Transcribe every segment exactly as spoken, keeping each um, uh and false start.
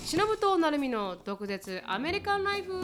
しのぶとなるみの毒舌アメリカンライフ。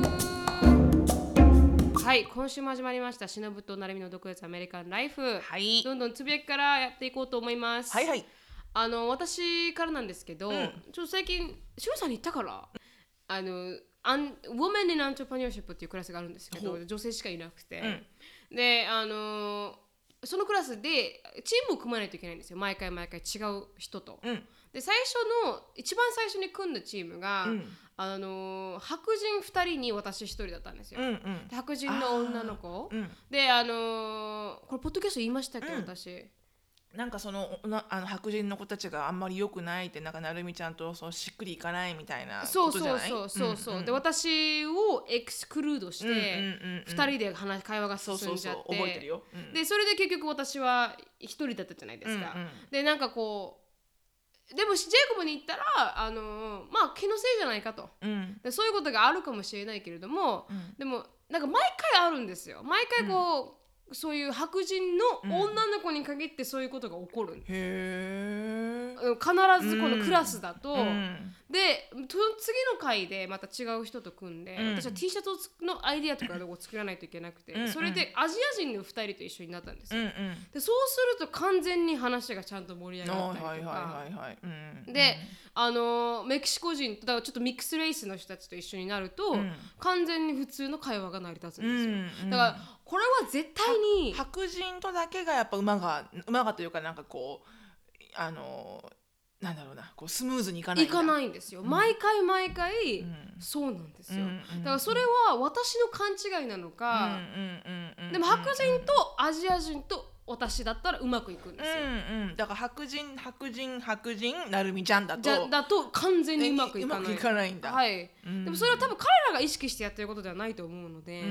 はい、今週も始まりましたしのぶとなるみの毒舌アメリカンライフ。 はい、 どんどんつぶやきからやっていこうと思います。 はいはい。 あの私からなんですけど、うん、ちょっと最近しゅうさんに言ったから、あのアン Women in Entrepreneurship っていうクラスがあるんですけど、女性しかいなくて、うん、であのそのクラスでチームを組まないといけないんですよ。毎回毎回違う人と、うん、で最初の一番最初に組んだチームが、うん、あの白人ふたりに私ひとりだったんですよ、うんうん、で白人の女の子、うん、であのこれポッドキャスト言いましたっけ、うん、私なんかそのなあの白人の子たちがあんまり良くないってなんかなるみちゃんとそうしっくりいかないみたいなことじゃない？ そうそうそうそう、うんうん、で私をエクスクルードしてふたりで話会話が進んじゃって、そうそうそう覚えてるよ、うん、でそれで結局私はひとりだったじゃないですか、うんうん、でなんかこうでもジェイコブに言ったらあのまあ気のせいじゃないかと、うん、でそういうことがあるかもしれないけれども、うん、でもなんか毎回あるんですよ。毎回こう、うんそういう白人の女の子に限ってそういうことが起こる、うん、へー必ずこのクラスだと、うん、で次の回でまた違う人と組んで、うん、私は T シャツのアイディアとかを作らないといけなくて、うん、それでアジア人のふたりと一緒になったんですよ、うんうん、でそうすると完全に話がちゃんと盛り上がったりとかで、あのメキシコ人だからちょっとミックスレイスの人たちと一緒になると、うん、完全に普通の会話が成り立つんですよ、うんうん、だからこれは絶対に白人とだけがやっぱ馬が馬がというかなんかこうあのなんだろうなこうスムーズにいかないんだ。 いかないんですよ、うん、毎回毎回、うん、そうなんですよ、うんうんうん、だからそれは私の勘違いなのか、うんうんうんうん、でも白人とアジア人と私だったらうまくいくんですよ、 うんうん、だから白人白人白人なるみちゃんだとじゃだと完全にうまくいかない、 うまくいかないんだ、 はい、うん、でもそれは多分彼らが意識してやってることではないと思うので、うん、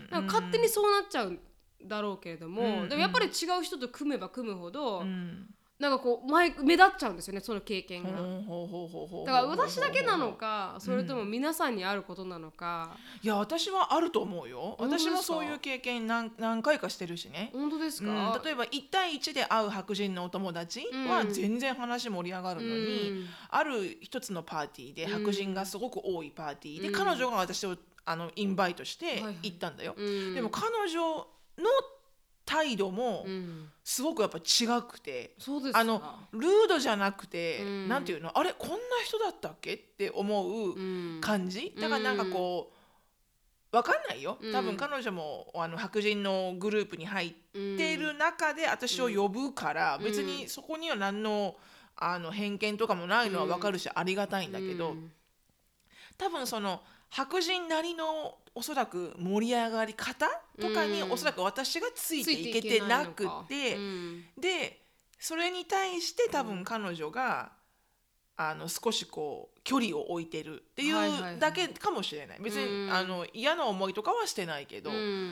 なんか勝手にそうなっちゃうだろうけれども、うん、でもやっぱり違う人と組めば組むほど、うん、なんかこう前目立っちゃうんですよね、その経験が。だから私だけなのかそれとも皆さんにあることなのか、 うん、いや私はあると思うよ。私もそういう経験 何, 何回かしてるしね。 本当ですか、 うん、例えばいち対いちで会う白人のお友達は全然話盛り上がるのに、うん、ある一つのパーティーで白人がすごく多いパーティーで、うん、彼女が私をあのインバイトして行ったんだよ、はいはい、でも彼女の態度もすごくやっぱ違くて、 そうですか、 あのルードじゃなくて、うん、なんていうのあれこんな人だったっけって思う感じ、うん、だからなんかこう分かんないよ、多分彼女もあの白人のグループに入っている中で私を呼ぶから、うん、別にそこには何の、あの偏見とかもないのは分かるし、ありがたいんだけど、多分その白人なりのおそらく盛り上がり方とかにおそらく私がついていけてなくて、うん、でそれに対して多分彼女が、うん、あの少しこう距離を置いてるっていうだけかもしれない、別に、うん、あの嫌な思いとかはしてないけど、うん、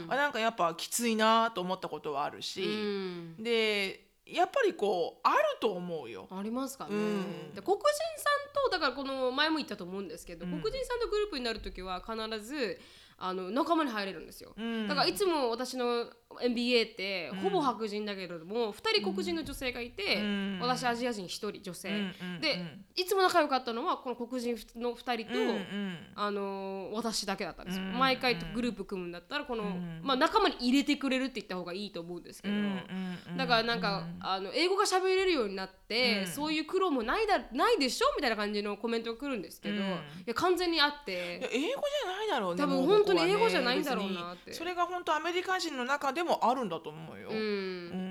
あなんかやっぱきついなと思ったことはあるし、うん、でやっぱりこうあると思うよ。 ありますかね、うん、で黒人さんとだからこの前も言ったと思うんですけど、うん、黒人さんとグループになるときは必ずあの仲間に入れるんですよ、うん、だからいつも私の エムビーエー ってほぼ白人だけれども、うん、ふたり黒人の女性がいて、うん、私アジア人ひとり女性、うん、で、うん、いつも仲良かったのはこの黒人のふたりと、うん、あの私だけだったんですよ、うん、毎回グループ組むんだったらこの、うんまあ、仲間に入れてくれるって言った方がいいと思うんですけど、うん、だからなんか、うん、あの英語が喋れるようになって、うん、そういう苦労もないだないでしょみたいな感じのコメントが来るんですけど、うん、いや完全にあって、 いや英語じゃないだろうね、 多分本当に英語じゃないんだろうなって、 それが本当アメリカ人の中でもあるんだと思うよ、うんうん、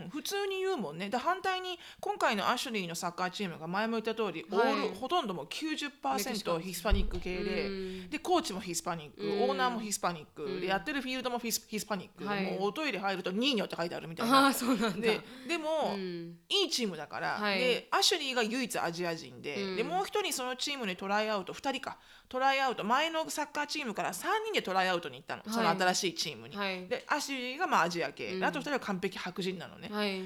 普通に言うもんね。で反対に今回のアシュリーのサッカーチームが前も言った通り、はい、オールほとんども きゅうじゅっパーセント ヒスパニック系で、うん、でコーチもヒスパニック、うん、オーナーもヒスパニック、うん、でやってるフィールドもヒス、ヒスパニック、はい、もうおトイレ入るとニーニョって書いてあるみたいな。 あそうなんだ。 で、でも、うん、いいチームだから、はい、でアシュリーが唯一アジア人で、うん、でもう一人そのチームにトライアウトふたりかトライアウト前のサッカーチームからさんにんでトライアウトに行ったの、はい、その新しいチームに、はい、でアシュリーがまあアジア系、うん、あとふたりは完璧白人なのね、はい、 、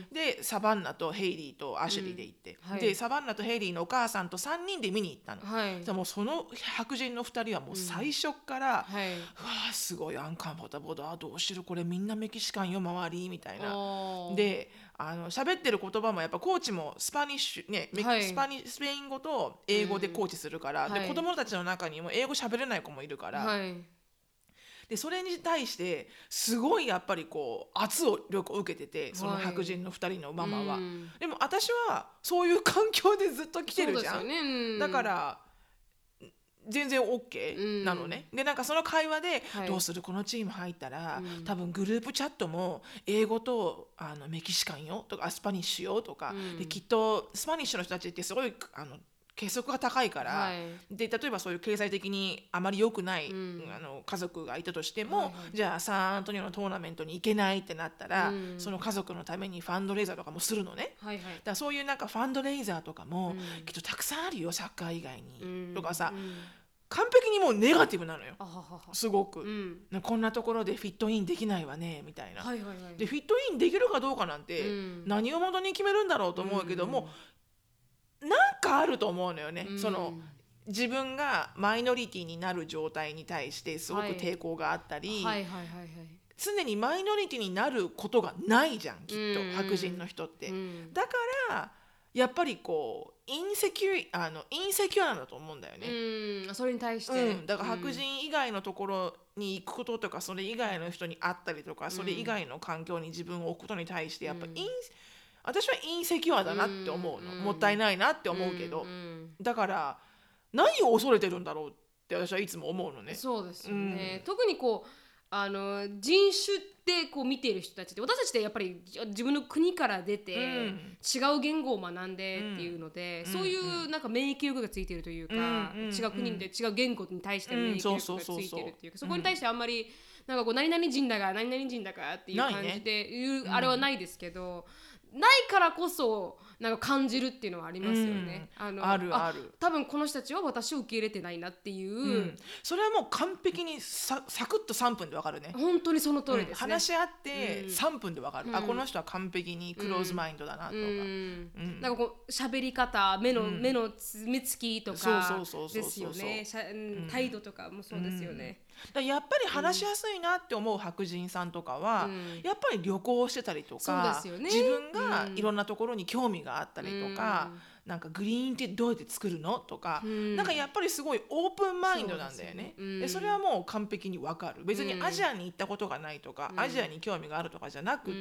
でサバンナとヘイリーとアシュリーで行って、うんはい、でサバンナとヘイリーのお母さんとさんにんで見に行ったの、はい、でもその白人のふたりはもう最初から、うんはい、うわすごいアンカンフォータブルだ、どうしろこれみんなメキシカンよ周りみたいなで、あの喋ってる言葉もやっぱコーチもスパニッシュね、はい、スパニスペイン語と英語でコーチするから、うん、で、はい、子供たちの中にも英語喋れない子もいるから、はい、でそれに対してすごいやっぱりこう圧力を受けてて、その白人のふたりのママは、はい、でも私はそういう環境でずっと来てるじゃん、ねうん、だから全然 OK なのね、うん、でなんかその会話で、はい、どうするこのチーム入ったら、うん、多分グループチャットも英語とあのメキシカンよとかスパニッシュよとか、うん、できっとスパニッシュの人たちってすごいあの結束が高いから、はい、で例えばそういう経済的にあまり良くない、うん、あの家族がいたとしても、はいはい、じゃあサンアントニオのトーナメントに行けないってなったら、うん、その家族のためにファンドレイザーとかもするのね、はいはい、だからそういうなんかファンドレイザーとかも、うん、きっとたくさんあるよサッカー以外に、うん、とかさ、うん完璧にもうネガティブなのよすごく、うん、こんなところでフィットインできないわねみたいな、はいはいはい、でフィットインできるかどうかなんて、うん、何をもとに決めるんだろうと思うけども、うん、なんかあると思うのよね、うん、その自分がマイノリティになる状態に対してすごく抵抗があったり、はいはいはいはいはい、常にマイノリティになることがないじゃんきっと、うん、白人の人って、うん、だからやっぱりこうインセキュアあのインセキュアなんだと思うんだよね。 うんそれに対して、 うん、だから白人以外のところに行くこととか、それ以外の人に会ったりとか、うん、それ以外の環境に自分を置くことに対してやっぱイン、うん、私はインセキュアだなって思うの、うん、もったいないなって思うけど、うん、だから何を恐れてるんだろうって私はいつも思うのね。 そうですよね、うん、特にこうあの人種でこう見ている人たちって、私たちってやっぱり自分の国から出て、うん、違う言語を学んでっていうので、うん、そういうなんか免疫力がついているというか、うん、違う国で違う言語に対して免疫力がついているっていうか、そこに対してあんまりなんかこう何々人だか何々人だかっていう感じで言う、ね、あれはないですけど、ないからこそなんか感じるっていうのはありますよね、 うん、あのあるある、 多分この人たちは私を受け入れてないなっていう、うん、 それはもう完璧にさサクッとさんぷんでわかるね。 本当にその通りですね、うん、 話し合ってさんぷんでわかる、うん、あこの人は完璧にクローズマインドだなとか、うんうん、なんかこう喋り方、目の、うん、目の目つきとかですよね、態度とかもそうですよね、 うん、だやっぱり話しやすいなって思う白人さんとかは、うん、やっぱり旅行してたりとか、そうですよね、自分がいろんなところに興味があったりとか、うん、なんかグリーンってどうやって作るのとか、うん、なんかやっぱりすごいオープンマインドなんだよね。 そ, う で, よ、ねうん、でそれはもう完璧に分かる。別にアジアに行ったことがないとか、うん、アジアに興味があるとかじゃなくて、うん、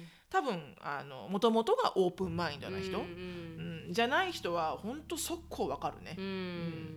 多分あの元々がオープンマインドな人、うんうん、じゃない人は本当速攻分かるね、うんうん、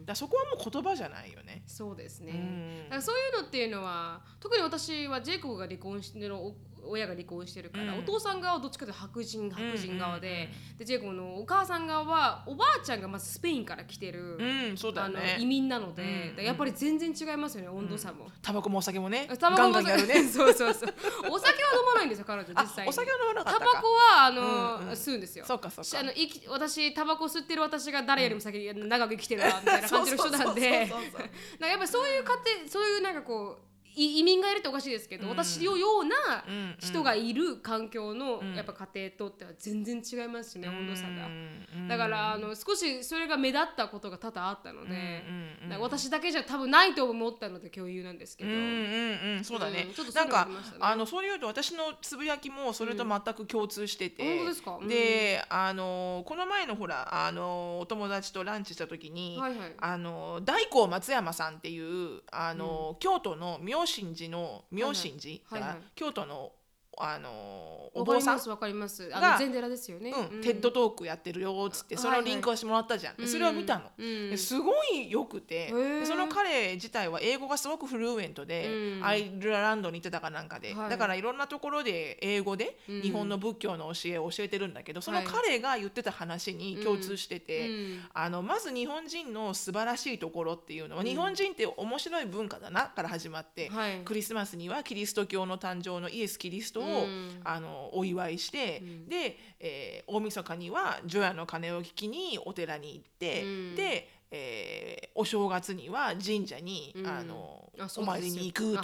だそこはもう言葉じゃないよね。 そうですね、うん、だからそういうのっていうのは特に私はジェイコブが離婚してる親が離婚してるから、うん、お父さん側はどっちかというと白人白人側で、うんうんうん、でジェイコブのお母さん側はおばあちゃんがまずスペインから来てる、 うんそうだね、 あの移民なので、うんうん、やっぱり全然違いますよね、温度差も。 タバコもお酒もねガンガンやるねそうそうそうお酒は飲まないんですよ彼女実際に。 お酒は飲まなかったか。 タバコはあの、うんうん、吸うんですよ。 そうかそうか。あのいき私タバコ吸ってる私が誰よりも先に長く生きてるわみたいな感じの人なんで、やっぱりそういう家庭そういうなんかこう移民がいるっておかしいですけど、うん、私のような人がいる環境の、うん、やっぱ家庭とっては全然違いますしね、うん、温度差が、うん、だからあの少しそれが目立ったことが多々あったので、うん、なんか私だけじゃ多分ないと思ったので共有なんですけど、うんうんうん、そうだね、うん、ちょっとそういうのありましたね。なんかあのそういうと私のつぶやきもそれと全く共通してて、うん、本当ですか？で、あのこの前のほらあのお友達とランチした時に、はいはい、あの大光松山さんっていうあの、うん、京都の妙心寺の妙心寺、はいはいはいはい、京都のあのお坊さんわかりますわかります、あの禅寺ですよね、 うんうん、テッドトークやってるよっつってそのリンクをしてもらったじゃん、はいはい、それを見たの、うん、すごいよくて、でその彼自体は英語がすごくフルエントで、うん、アイルランドに行ってたかなんかで、はい、だからいろんなところで英語で日本の仏教の教えを教えてるんだけど、うん、その彼が言ってた話に共通してて、うん、あのまず日本人の素晴らしいところっていうのは、うん、日本人って面白い文化だなから始まって、はい、クリスマスにはキリスト教の誕生のイエス・キリストを、うん、あのお祝いして、うん、で、えー、大晦日には除夜の鐘を聞きにお寺に行って、うん、で、えー、お正月には神社に、うん、あのお参りに行くとか、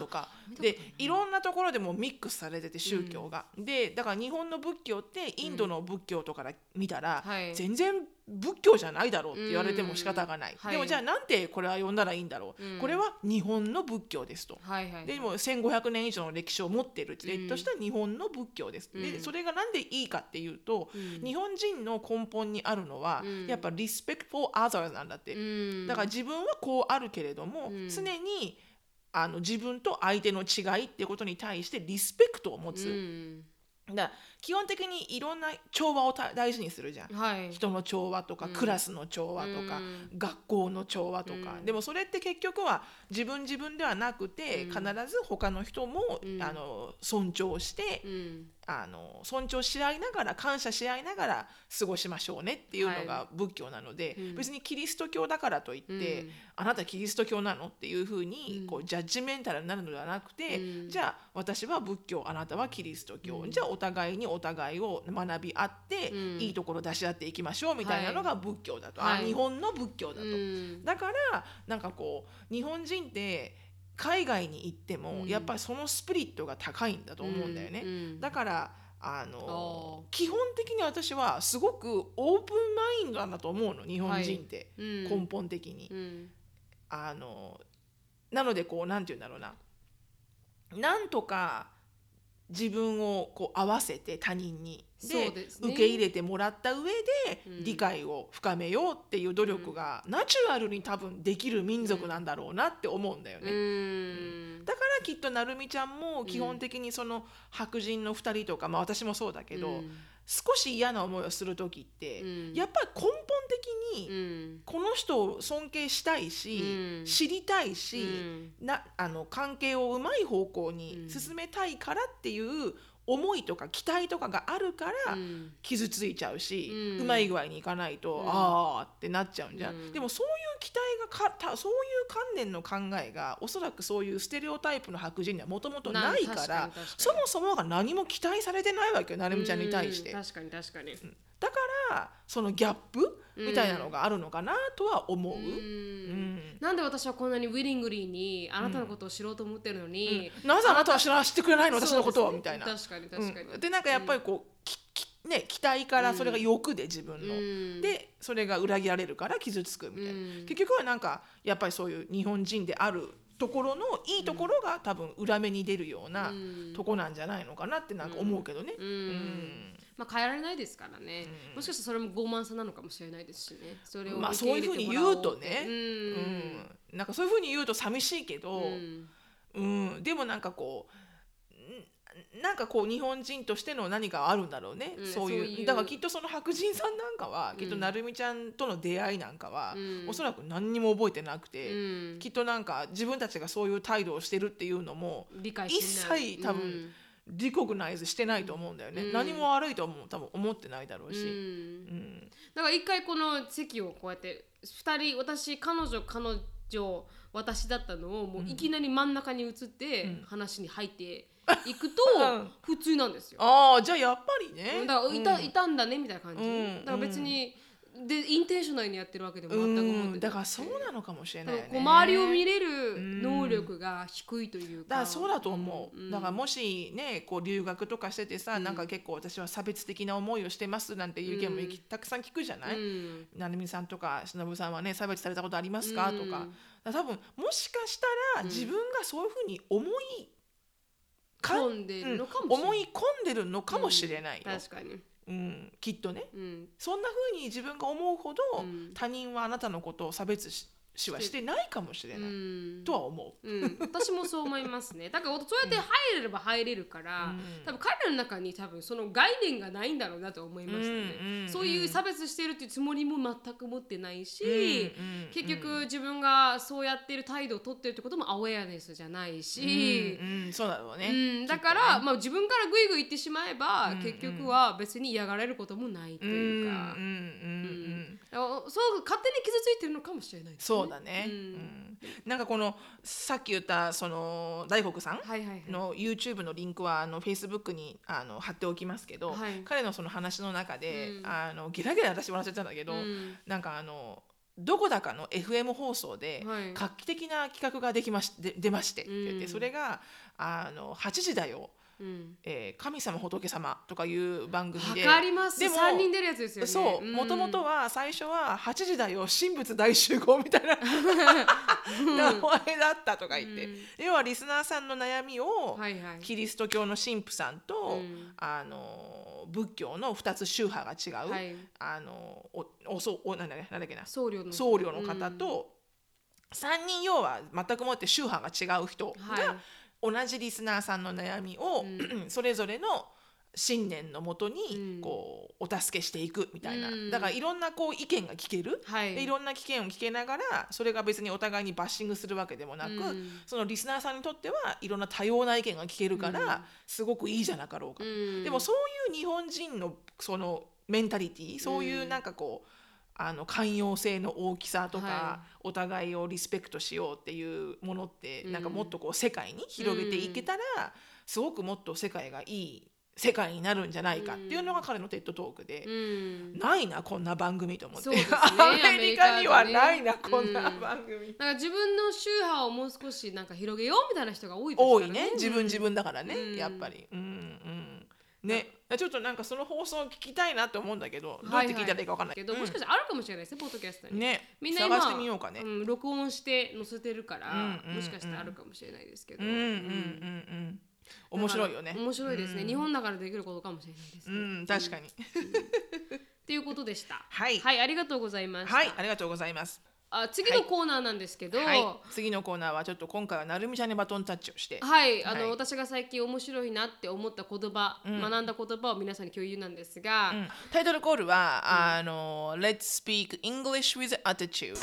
でいろんなところでもミックスされてて宗教が、うん、でだから日本の仏教ってインドの仏教とかから見たら、うんはい、全然仏教じゃないだろうって言われても仕方がない、うん、でもじゃあなんてこれは呼んだらいいんだろう、うん、これは日本の仏教ですと、はいはいはい、でもせんごひゃくねん以上の歴史を持っている例とした日本の仏教です、うん、でそれがなんでいいかっていうと、うん、日本人の根本にあるのは、うん、やっぱ respect for others なんだって、うん、だから自分はこうあるけれども、うん、常にあの自分と相手の違いっていうことに対してリスペクトを持つ、うんだ基本的にいろんな調和を大事にするじゃん、はい、人の調和とか、うん、クラスの調和とか、うん、学校の調和とか、うん、でもそれって結局は自分自分ではなくて、うん、必ず他の人も、うん、あの尊重して、うん、あの尊重し合いながら感謝し合いながら過ごしましょうねっていうのが仏教なので、はい、別にキリスト教だからといって、うん、あなたキリスト教なのっていうふうにこうジャッジメンタルになるのではなくて、うん、じゃあ私は仏教あなたはキリスト教、うん、じゃあお互いにお互いを学び合って、うん、いいところ出し合っていきましょうみたいなのが仏教だと、はい、あ日本の仏教だと、うん、だからなんかこう日本人って海外に行っても、うん、やっぱりそのスピリットが高いんだと思うんだよね、うんうん、だからあの基本的に私はすごくオープンマインドなんだと思うの日本人って、はい、根本的に、うん、あのなのでこうなんて言うんだろうななんとか自分をこう合わせて他人に で, で、ね、受け入れてもらった上で理解を深めようっていう努力がナチュラルに多分できる民族なんだろうなって思うんだよね、うん、だからきっとなるみちゃんも基本的にその白人のふたりとか、まあ、私もそうだけど、うん、少し嫌な思いをする時って、うん、やっぱり根本的にこの人を尊敬したいし、うん、知りたいし、うん、なあの関係をうまい方向に進めたいからっていう思いとか期待とかがあるから傷ついちゃうし、うん、うまい具合にいかないと、うん、あーってなっちゃうんじゃん、うん、でもそういう期待がかたそういう観念の考えがおそらくそういうステレオタイプの白人にはもともとないからそもそもが何も期待されてないわけよなるみちゃんに対して、 うん、確かに確かに、 うん、だからそのギャップみたいなのがあるのかなとは思う、うんうん、 なんで私はこんなにウィリングリーにあなたのことを知ろうと思ってるのに、 うん、なぜあなたは知ら知ってくれないの私のことを、ね、みたいな確かに確かに、 うん、でなんかやっぱりこう、ききね、期待からそれが欲で自分の、うん、でそれが裏切られるから傷つくみたいな、うん、結局はなんかやっぱりそういう日本人であるところのいいところが多分裏目に出るようなとこなんじゃないのかなってなんか思うけどね、うんうんうんまあ、変えられないですからね、うん、もしかしたらそれも傲慢さなのかもしれないですしねそれをまあそういうふうに言うとね、うんうん、なんかそういうふうに言うと寂しいけど、うんうん、でもなんかこうなんかこう日本人としての何かあるんだろうね、うん、そういう、そういうだからきっとその白人さんなんかは、うん、きっとなるみちゃんとの出会いなんかは、うん、おそらく何にも覚えてなくて、うん、きっとなんか自分たちがそういう態度をしてるっていうのも理解一切多分、うんリコグナイズしてないと思うんだよね、うん、何も悪いと思う多分思ってないだろうし、うんうん、 だから一回この席をこうやってふたり私彼女彼女私だったのをもういきなり真ん中に移って話に入っていくと普通なんですよ、 うん、ああじゃあやっぱりねだからいた、うん、いたんだねみたいな感じ、うん、だから別にでインテンショナルにやってるわけでも全く思ってなくて、 だからそうなのかもしれないよねこう周りを見れる能力が低いというか、 だからそうだと思う、うん、だからもしねこう留学とかしててさ、うん、なんか結構私は差別的な思いをしてますなんていう意見もたくさん聞くじゃない、うん、なるみさんとかしのぶさんはね差別されたことありますか、うん、とか多分もしかしたら自分がそういうふうに思い込んでるのかもしれない、 うん、思い込んでるのかもしれないよ、 うん、確かにうん、きっとね、うん、そんな風に自分が思うほど、うん、他人はあなたのことを差別ししはしてないかもしれない、うん、とは思う、 うん、私もそう思いますねだからそうやって入れれば入れるから、うん、多分彼らの中に多分その概念がないんだろうなと思いましたね、うんうん、そういう差別してるっていうつもりも全く持ってないし、うんうん、結局自分がそうやってる態度を取ってるってこともアウェアネスじゃないし、 うんうん、そうだろうね、 うん、だから、ねまあ、自分からグイグイ言ってしまえば、うんうん、結局は別に嫌がられることもないというか、うんうんうんうんそう勝手に傷ついてるのかもしれないですね。 そうだね、うんうん、なんかこのさっき言ったその大黒さんの YouTube のリンクはあの Facebook にあの貼っておきますけど、はい、彼のその話の中で、うん、あのゲラゲラ私笑っちゃったんだけど、うん、なんかあのどこだかの エフエム 放送ではい画期的な企画ができましで出ましてって言って、 うんそれがあのはちじだよ、 うんえー神様仏様とかいう番組わで、 かります。 でもさんにん出るやつですよね。 そう、 んもともとは最初ははちじだよ神仏大集合みたいな名前だったとか言って、 うん要はリスナーさんの悩みをはいはい。 キリスト教の神父さんと、 うんあの仏教のふたつ宗派が違う、 はいあのおおそうおなんだっけなんだっけな僧侶の僧侶の方と、さんにん要は全くもって宗派が違う人はいが同じリスナーさんの悩みを、 うそれぞれの信念のもとうにんこうお助けしていくみたいな、 うんだからいろんなこう意見が聞ける、 はいでいろんな意見を聞けながらそれが別にお互いにバッシングするわけでもなく、 うんそのリスナーさんにとってはいろんな多様な意見が聞けるから、 うんすごくいいじゃなかろうか、 うんでもそういう日本人のそのメンタリティ、そういうなんかこうあの寛容性の大きさとか、 はお互いをリスペクトしようっていうものって、 うんなんかもっとこう世界に広げていけたら、すごくもっと世界がいい世界になるんじゃないかっていうのが彼のテッドトークで、 うんないなこんな番組と思って、 そうですねアメリカにはないな、 アメリカこんなでね番組、 なんか自分の宗派をもう少しなんか広げようみたいな人が多いですから多いね、自分自分だからね、 うんやっぱりうんうんね、ちょっとなんかその放送聞きたいなと思うんだけど、どうやって聞いたらいいか分かんないけど、もしかしたらあるかもしれないですね、ポッドキャストに。 ね、 みんな今探してみようかね、 うん、録音して載せてるから、 うんうんうんもしかしたらあるかもしれないですけど、 うんうんうんうん面白いよね。 面白いですね、 うん日本だからできることかもしれないですね。 うん、確かに。 っていうことでした。 はいはい、ありがとうございました。 はい、ありがとうございます。 あ次のコーナーなんですけど、 はい、次のコーナーはちょっと今回はなるみちゃんにバトンタッチをして、 はい、あの、 はい私が最近面白いなって思った言葉、 うん学んだ言葉を皆さんに共有なんですが、 うんタイトルコールは、あの Let's Speak English with Attitude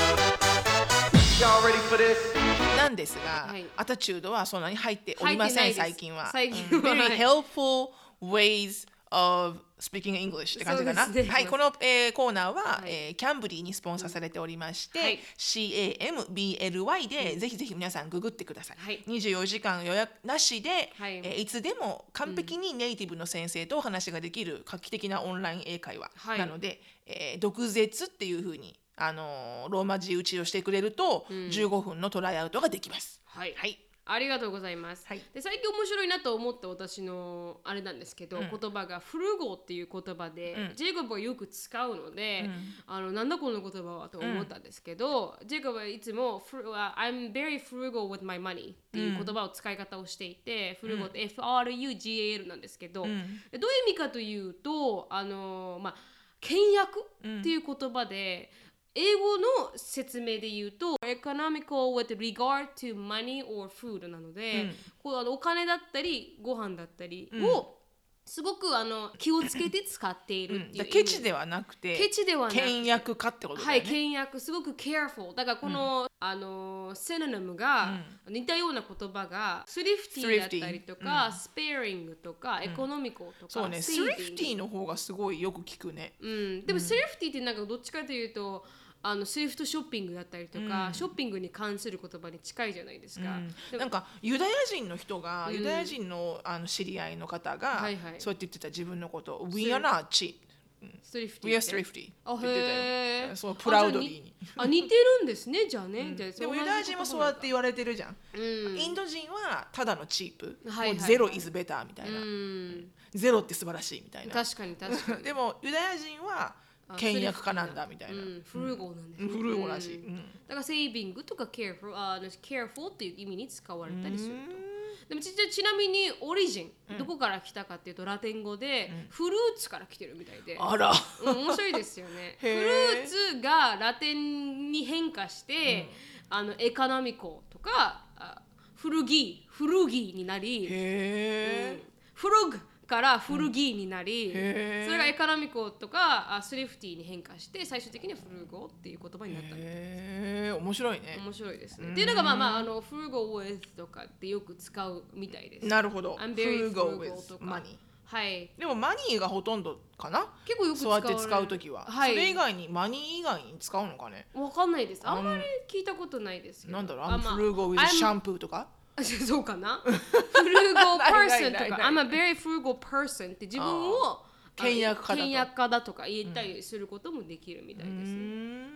Y'all ready for this? なんですが、 はいアタチュードはそんなに入っておりません、 入ってないです最近は。 最近はうん Very はい helpful ways of speaking English って感じかな。 そうですねはい、この、えーコーナーは、 はいえーキャンブリーにスポンサーされておりまして、 はいシーエーエムビーエルワイ で、ぜひぜひ皆さんググってください。 はいにじゅうよじかん予約なしで、 はいいえーいつでも完璧にネイティブの先生とお話ができる画期的なオンライン英会話、 はいなので、えー毒舌っていう風にあのーローマ字打ちをしてくれると、じゅうごふんのトライアウトができます。 はいはい。 ありがとうございます、 はいで最近面白いなと思った私のあれなんですけど、 うん言葉がフルゴーっていう言葉で、 うんジェイコブはよく使うので、 うんあのなんだこの言葉はと思ったんですけど、ジェイコブはいつもフルは I'm very frugal with my money っていう言葉を使い方をしていて、フルゴーって エフアールユージーエーエル なんですけど、 んでどういう意味かというとあのまあ倹約っていう言葉で、英語の説明で言うと economical with regard to money or food なので、 うんこうあのお金だったりご飯だったりをすごくあの気をつけて使っているっていう意味、 ケチではなくてケチではなくて倹約家ってことだはい、 よね。 倹約すごく careful だからこの、あのセノニムが似たような言葉が thrifty だったりとか、sparing とか、エコノミコとか、 そうね、ス saving リフティの方がすごいよく聞くね。 うん、でもセリフティってなんかどっちかというとあのセリフトショッピングだったりとか、ショッピングに関する言葉に近いじゃないですか、でもなんかユダヤ人の人が、ユダヤ人のあの知り合いの方が、 はいはいそうやって言ってた自分のことを We are not cheap, セリフテ we ィ are って thrifty ってあ言ってたへーよ。そうプラウドリーに。 あ似てるんですねじゃあね、じゃあでもユダヤ人はそうやって言われてるじゃん。 うんインド人はただのチープ、 はいはいもうゼロ is better みたいな、 うんゼロって素晴らしいみたいな。 確かに確かにでもユダヤ人はあ倹約家なんだみたいな。 うん、フルーゴーなんです、 フルーゴらしい。 うんうんだからセービングとか careful あ careful っていう意味に使われたりするとでもちちなみにオリジン、どこから来たかっていうとラテン語で、フルーツから来てるみたいで、 あら。 うん、面白いですよねフルへーーツがラテンに変化して、あのエコノミコとかあフルギーフルギーになり、 へえ。 フルグからフルギーになり、 へーそれがエコノミコとかあスリフティに変化して最終的にはフルゴっていう言葉になったんです。 へえ、面白いね。 面白いですね。で、なんかまあまあ、あの、フルゴ with とかってよく使うみたいです。 なるほど。 I'm very Frugal frugal with とか money。 はい。 でもマニーがほとんどかな。 結構よく使そうやって使うときは、 はい。 それ以外にマニー以外に使うのかね。 わかんないです。あんまり聞いたことないですけど。 なんだろう、 あ I'm まあ frugal with I'm- shampoo とか。 そうかな frugal ないない person とかないない I'm a very frugal person って自分を倹約家だと倹約家だとか言ったりすることもできるみたいですね、うん、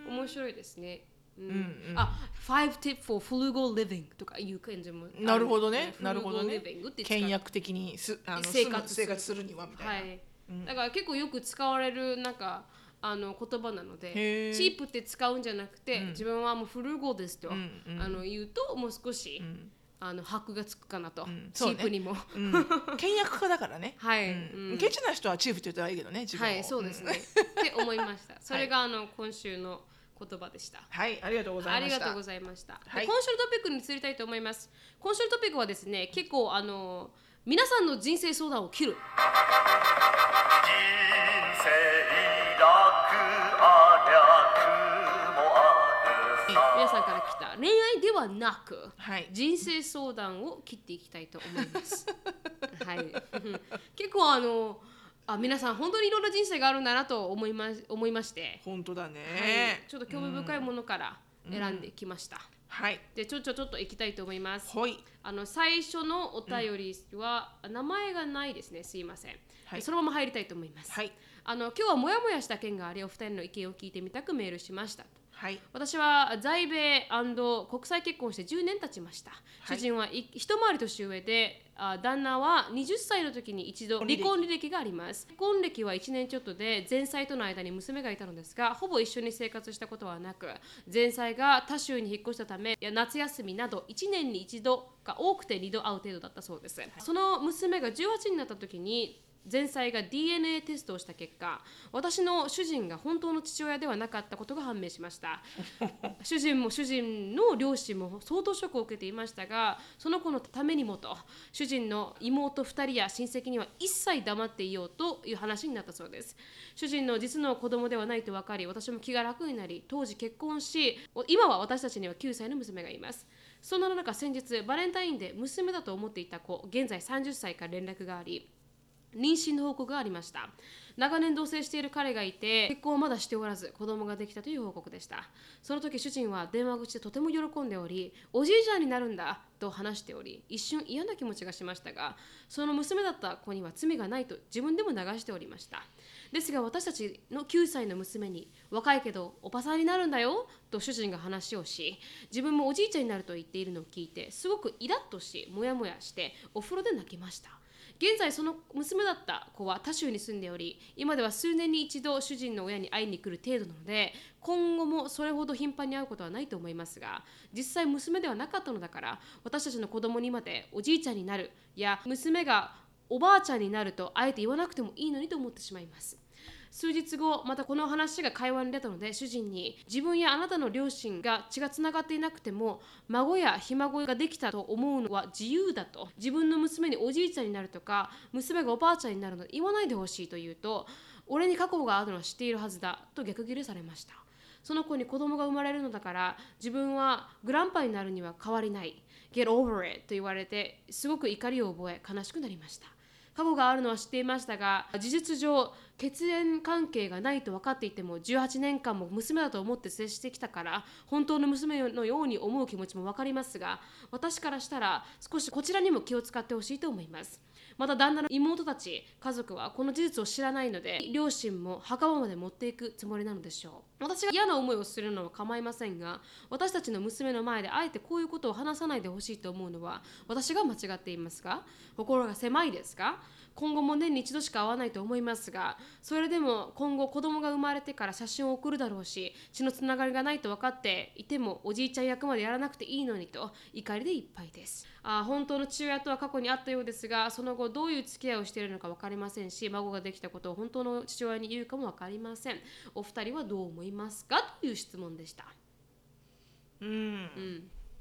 面白いですね、うんうん、あ、five tip for frugal living とかいう感じもなるほどね、なるほどね、倹約的にすあの生活生活するにはみたいな、はい、 うん、だから結構よく使われるなんかあの言葉なので、チープって使うんじゃなくて、うん、自分はもうフルゴーですと、うんうん、あの言うともう少し、うん、あの箔がつくかなと、うん、チープにも、 うん、倹約家だからね、 はい、 うん、ケチな人はチープって言ったらいいけどね、自分を、 はい、そうですねって思いました。それがあの今週の言葉でした。 はい、ありがとうございました。 ありがとうございました。はい、今週のトピックに移りたいと思います。今週のトピックはですね、結構あの皆さんの人生相談を切る。人生楽ありゃ苦もあるさ。皆さんから来た恋愛ではなく、はい、人生相談を切っていきたいと思います。はい、結構あのあ皆さん本当にいろんな人生があるんだなと思いま思いまして、 本当だね、 はい、ちょっと興味深いものから選んできました。うんうん、 はい、 でちょちょちょっと行きたいと思います。 はい、 あの最初のお便りは、うん、名前がないですね。すいません。はい、そのまま入りたいと思います。はい、あの今日はモヤモヤした件があり、お二人の意見を聞いてみたくメールしました。はい、私は在米&国際結婚してじゅうねん経ちました。はい、主人は一回り年上で、あ旦那ははたちの時に一度離婚履歴があります。離婚歴はいちねんちょっとで、前妻との間に娘がいたのですが、ほぼ一緒に生活したことはなく、前妻が他州に引っ越したため、夏休みなどいちねんに一度が多くてにど会う程度だったそうです。その娘がじゅうはちになった時に前妻が ディーエヌエー テストをした結果、私の主人が本当の父親ではなかったことが判明しました。主人も主人の両親も相当ショックを受けていましたが、その子のためにもと主人の妹ふたりや親戚には一切黙っていようという話になったそうです。主人の実の子供ではないと分かり、私も気が楽になり、当時結婚し、今は私たちにはきゅうさいの娘がいます。そんな中、先日バレンタインで娘だと思っていた子、現在さんじゅっさいから連絡があり、妊娠の報告がありました。長年同棲している彼がいて、結婚はまだしておらず子供ができたという報告でした。その時主人は電話口でとても喜んでおり、おじいちゃんになるんだと話しており、一瞬嫌な気持ちがしましたが、その娘だった子には罪がないと自分でも流しておりました。ですが私たちのきゅうさいの娘に、若いけどおばさんになるんだよと主人が話をし、自分もおじいちゃんになると言っているのを聞いて、すごくイラッとし、モヤモヤしてお風呂で泣きました。現在その娘だった子は他州に住んでおり、今では数年に一度主人の親に会いに来る程度なので、今後もそれほど頻繁に会うことはないと思いますが、実際娘ではなかったのだから、私たちの子供にまでおじいちゃんになるや娘がおばあちゃんになるとあえて言わなくてもいいのにと思ってしまいます。数日後、またこの話が会話に出たので、主人に自分やあなたの両親が血がつながっていなくても孫やひ孫ができたと思うのは自由だと、自分の娘におじいちゃんになるとか娘がおばあちゃんになるので言わないでほしいと言うと、俺に過去があるのは知っているはずだと逆ギレされました。その子に子供が生まれるのだから自分はグランパになるには変わりない、 Get over it と言われて、すごく怒りを覚え悲しくなりました。過去があるのは知っていましたが、事実上血縁関係がないと分かっていてもじゅうはちねんかんも娘だと思って接してきたから、本当の娘のように思う気持ちも分かりますが、私からしたら少しこちらにも気を使ってほしいと思います。また旦那の妹たち家族はこの事実を知らないので、両親も墓場まで持っていくつもりなのでしょう。私が嫌な思いをするのは構いませんが、私たちの娘の前であえてこういうことを話さないでほしいと思うのは私が間違っていますか？心が狭いですか？今後も年に一度しか会わないと思いますが、それでも今後子供が生まれてから写真を送るだろうし、血のつながりがないと分かっていてもおじいちゃん役までやらなくていいのにと怒りでいっぱいです。あ本当の父親とは過去にあったようですが、その後どういう付き合いをしているのか分かりませんし、孫ができたことを本当の父親に言うかも分かりません。お二人はどう思いますかという質問でした。 うん、うん、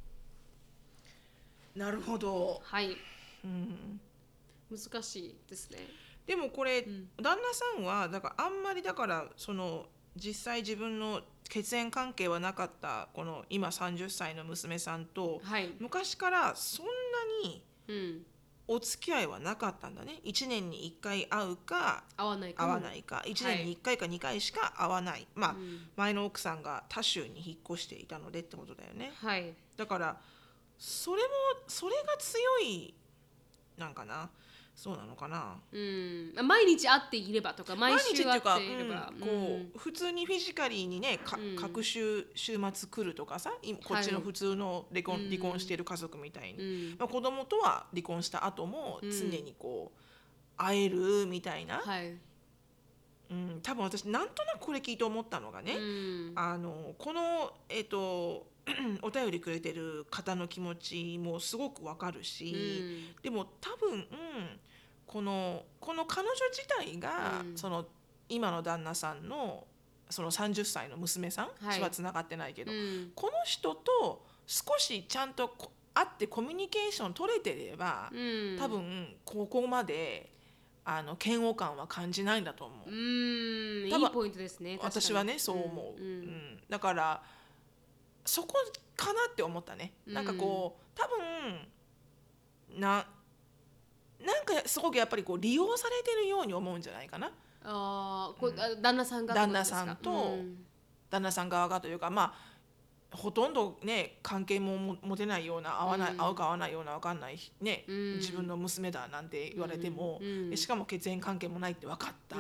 なるほど。 はい、 うん、 難しいですね。 でもこれ、うん、旦那さんはだからあんまりだからその実際自分の血縁関係はなかったこの今さんじゅっさいの娘さんと、はい、昔からそんなにお付き合いはなかったんだね。いちねんにいっかい会うか会わないか会わないか、いちねんにいっかいかにかいしか会わない、まあ、うん、前の奥さんが他州に引っ越していたのでってことだよね、 はい、 だからそれもそれが強いなんかな。 そうなのかな、 うん、毎日会っていればとか毎週会っていれば、 うん、こう普通にフィジカリーにねか、うん、各週週末来るとかさこっちの普通の離婚、はい、離婚している家族みたいに、うんまあ、子供とは離婚した後も常にこう、うん、会えるみたいな、はいうん、多分私なんとなくこれ聞いて思ったのがね、うん、あのこのえっとお便りくれてる方の気持ちもすごくわかるし、うん、でも多分、うん、このこの彼女自体が、うん、その今の旦那さんのそのさんじゅっさいの娘さん、はい、血はつながってないけど、うん、この人と少しちゃんと会ってコミュニケーション取れてれば、うん、多分ここまであの嫌悪感は感じないんだと思う。 うーん、いいポイントですね。 私はねそう思う、うんうんうん、だからそこかなって思ったね。なんかこう多分ななんかすごくやっぱりこう利用されてるように思うんじゃないかな。 あこう、うん、旦那さんが旦那さんと、うん、旦那さん側がというかまあほとんどね関係も持てないような合わない、うん、合うか合わないような分かんないね、うん、自分の娘だなんて言われても、うん、しかも血縁関係もないって分かった、うん、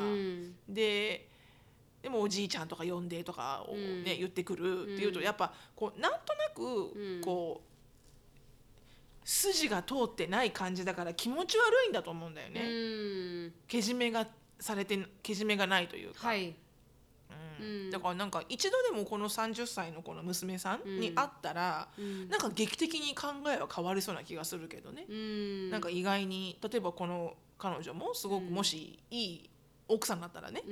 ででもおじいちゃんとか呼んでとかを、ねうん、言ってくるっていうとやっぱこうなんとなくこう筋が通ってない感じだから気持ち悪いんだと思うんだよね、うん、けじめがされてけじめがないというか、はいうん、だからなんか一度でもこのさんじゅっさいのこの娘さんに会ったら、うん、なんか劇的に考えは変わりそうな気がするけどね、うん、なんか意外に例えばこの彼女もすごくもしいい奥さんだったらね、うん、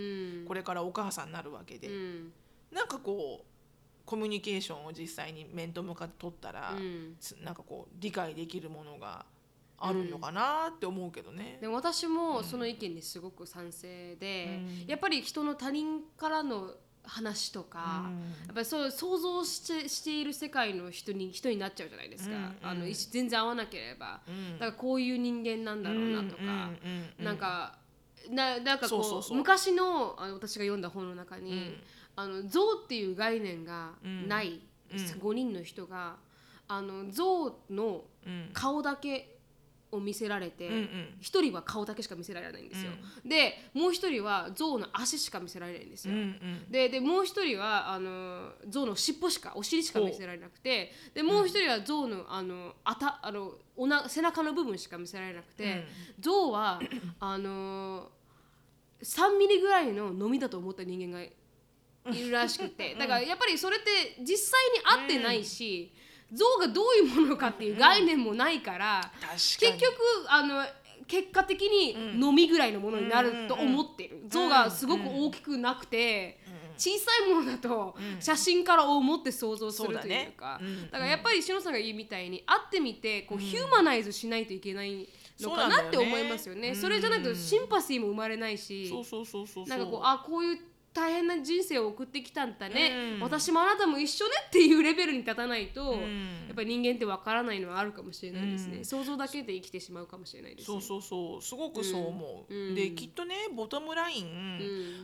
これからお母さんになるわけで、うん、なんかこうコミュニケーションを実際に面と向かって取ったら、うん、なんかこう理解できるものがあるのかなって思うけどね、 うん、で私もその意見にすごく賛成で、うん、やっぱり人の他人からの話とか、うん、やっぱりそう想像して、している世界の人に、人になっちゃうじゃないですか、うんうん、あの全然合わなければ、うん、だからこういう人間なんだろうなとか、うんうんうん、なんかな, なんかこう、そうそうそう昔 の, あの私が読んだ本の中に、うん、あの象っていう概念がない、うん、ごにんの人があの象の顔だけを見せられて、うんうん、ひとりは顔だけしか見せられないんですよ、うん、でもうひとりは象の足しか見せられないんですよ、うんうん、で, でもうひとりはあの象の尻尾しかお尻しか見せられなくて、でもうひとりは象のあのあたあのおな背中の部分しか見せられなくて、うん、象はあのさんミリぐらいの飲みだと思った人間がいるらしくて、だからやっぱりそれって実際に合ってないし、うん、象がどういうものかっていう概念もないから、うん、結局あの結果的に飲みぐらいのものになると思ってる、うん、象がすごく大きくなくて、うん、小さいものだと写真から思って想像するというか、うん、だからやっぱりしのさんが言うみたいに会ってみてこうヒューマナイズしないといけないのかなって思いますよね。 そ, よね、それじゃないとシンパシーも生まれないし、なんかこうあこういう大変な人生を送ってきたんだね、うん、私もあなたも一緒ねっていうレベルに立たないと、うん、やっぱり人間ってわからないのはあるかもしれないですね、うん、想像だけで生きてしまうかもしれないですね。 そうそうそうすごくそう思う、うん、できっとねボトムライン、うん、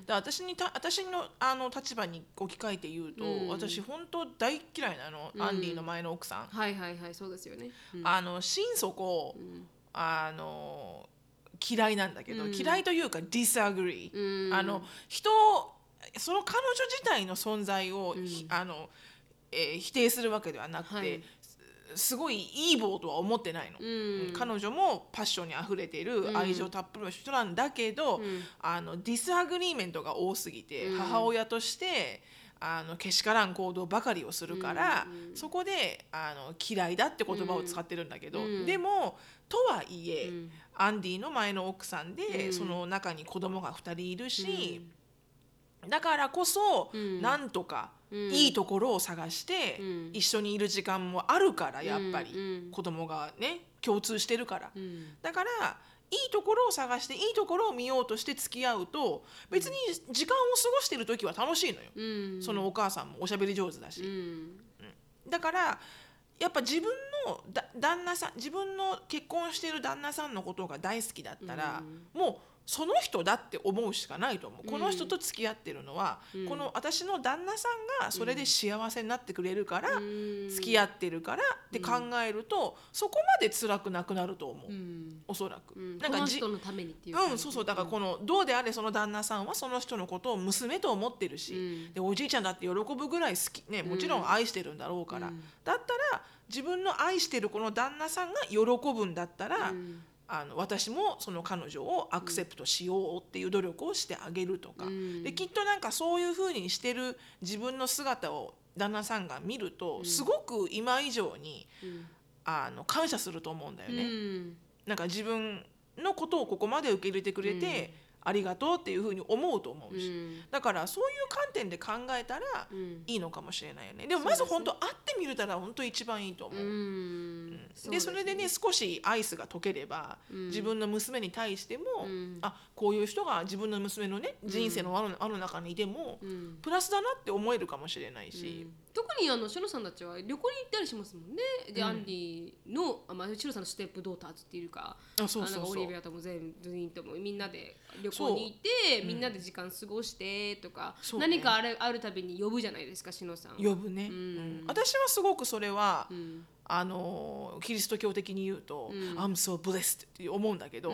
だ私にた私のあの立場に置き換えて言うと、うん、私本当大嫌いなの、うん、アンディの前の奥さん、 はいはいはいそうですよね、 うん、あの心底、うんあの嫌いなんだけど、うん、嫌いというか disagree、うん、あの人その彼女自体の存在を、うんあのえー、否定するわけではなくて、はい、すごいいい棒とは思ってないの、うん、彼女もパッションにあふれている愛情たっぷりの人なんだけど、うん、あのディスアグリーメントが多すぎて、うん、母親としてあのけしからん行動ばかりをするから、うん、そこであの嫌いだって言葉を使ってるんだけど、うん、でもとはいえ、うん、アンディの前の奥さんで、うん、その中に子供がふたりいるし、うん、だからこそ、うん、なんとかいいところを探して、うん、一緒にいる時間もあるからやっぱり、うん、子供がね共通してるから、うん、だからいいところを探していいところを見ようとして付き合うと別に時間を過ごしてる時は楽しいのよ、うん、そのお母さんもおしゃべり上手だし、うんうん、だからやっぱ自分のだ旦那さん自分の結婚してる旦那さんのことが大好きだったら、うん、もうその人だって思うしかないと思う、うん、この人と付き合ってるのは、うん、この私の旦那さんがそれで幸せになってくれるから、うん、付き合ってるからって考えると、うん、そこまで辛くなくなると思う、うん、おそらく、 うん、なんかこの人のためにっていううん、そうそう、だからこの、どうであれその旦那さんはその人のことを娘と思ってるし、うん、でおじいちゃんだって喜ぶぐらい好きね、もちろん愛してるんだろうから、うん、だったら自分の愛してるこの旦那さんが喜ぶんだったら、うん、あの私もその彼女をアクセプトしようっていう努力をしてあげるとか、うん、できっとなんかそういう風にしてる自分の姿を旦那さんが見ると、うん、すごく今以上に、うん、あの感謝すると思うんだよね、うん、なんか自分のことをここまで受け入れてくれて、うんありがとうっていうふうに思うと思うし、うん、だからそういう観点で考えたらいいのかもしれないよね。でもまず本当会ってみるたら本当一番いいと思う。うん、でそれでね少しアイスが溶ければ、うん、自分の娘に対しても、うん、あこういう人が自分の娘のね人生の輪の、輪の中にいても、うん、プラスだなって思えるかもしれないし、 うん特にあのシロさんたちは旅行に行ったりしますもんね。で、うん、アンディの、まあ、シロさんのステップドーターズっていうか、 あそうそうそう、 あのオリビアとも全員ともみんなで旅行に行って、みんなで時間過ごしてとか、うん、何かある、あるたびに呼ぶじゃないですか、シノさん。 呼ぶね、うんうん、私はすごくそれは、うん、あのキリスト教的に言うと、うん、I'm so blessed って思うんだけど、うん、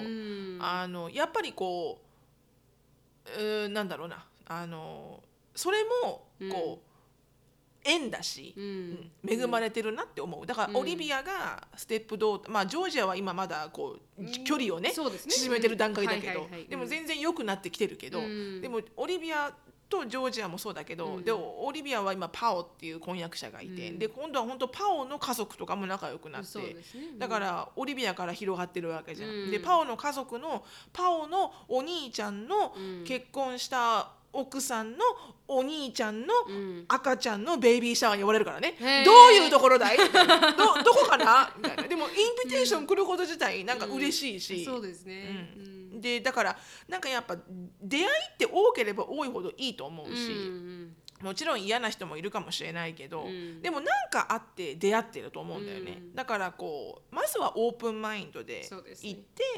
あのやっぱりこう、えー、なんだろうな、あのそれもこう、うん縁だし、うん、恵まれてるなって思う。だから、うん、オリビアがステップドーター、まあジョージアは今まだこう、うん、距離をね、ね縮めてる段階だけど、でも全然良くなってきてるけど、うん、でもオリビアとジョージアもそうだけど、うん、でオリビアは今パオっていう婚約者がいて、うん、で今度は本当パオの家族とかも仲良くなって、ねうん、だからオリビアから広がってるわけじゃん、うん、でパオの家族のパオのお兄ちゃんの結婚した奥さんのお兄ちゃんの赤ちゃんのベイビーシャワーに呼ばれるからね、うん、どういうところだいど, どこかなみたいな。でもインビテーション来ること自体なんか嬉しいし、 うんうん、そうですね、 うん、でだからなんかやっぱ出会いって多ければ多いほどいいと思うし、うんうんもちろん嫌な人もいるかもしれないけど、うん、でもなんかあって出会ってると思うんだよね、うん、だからこうまずはオープンマインドで行って、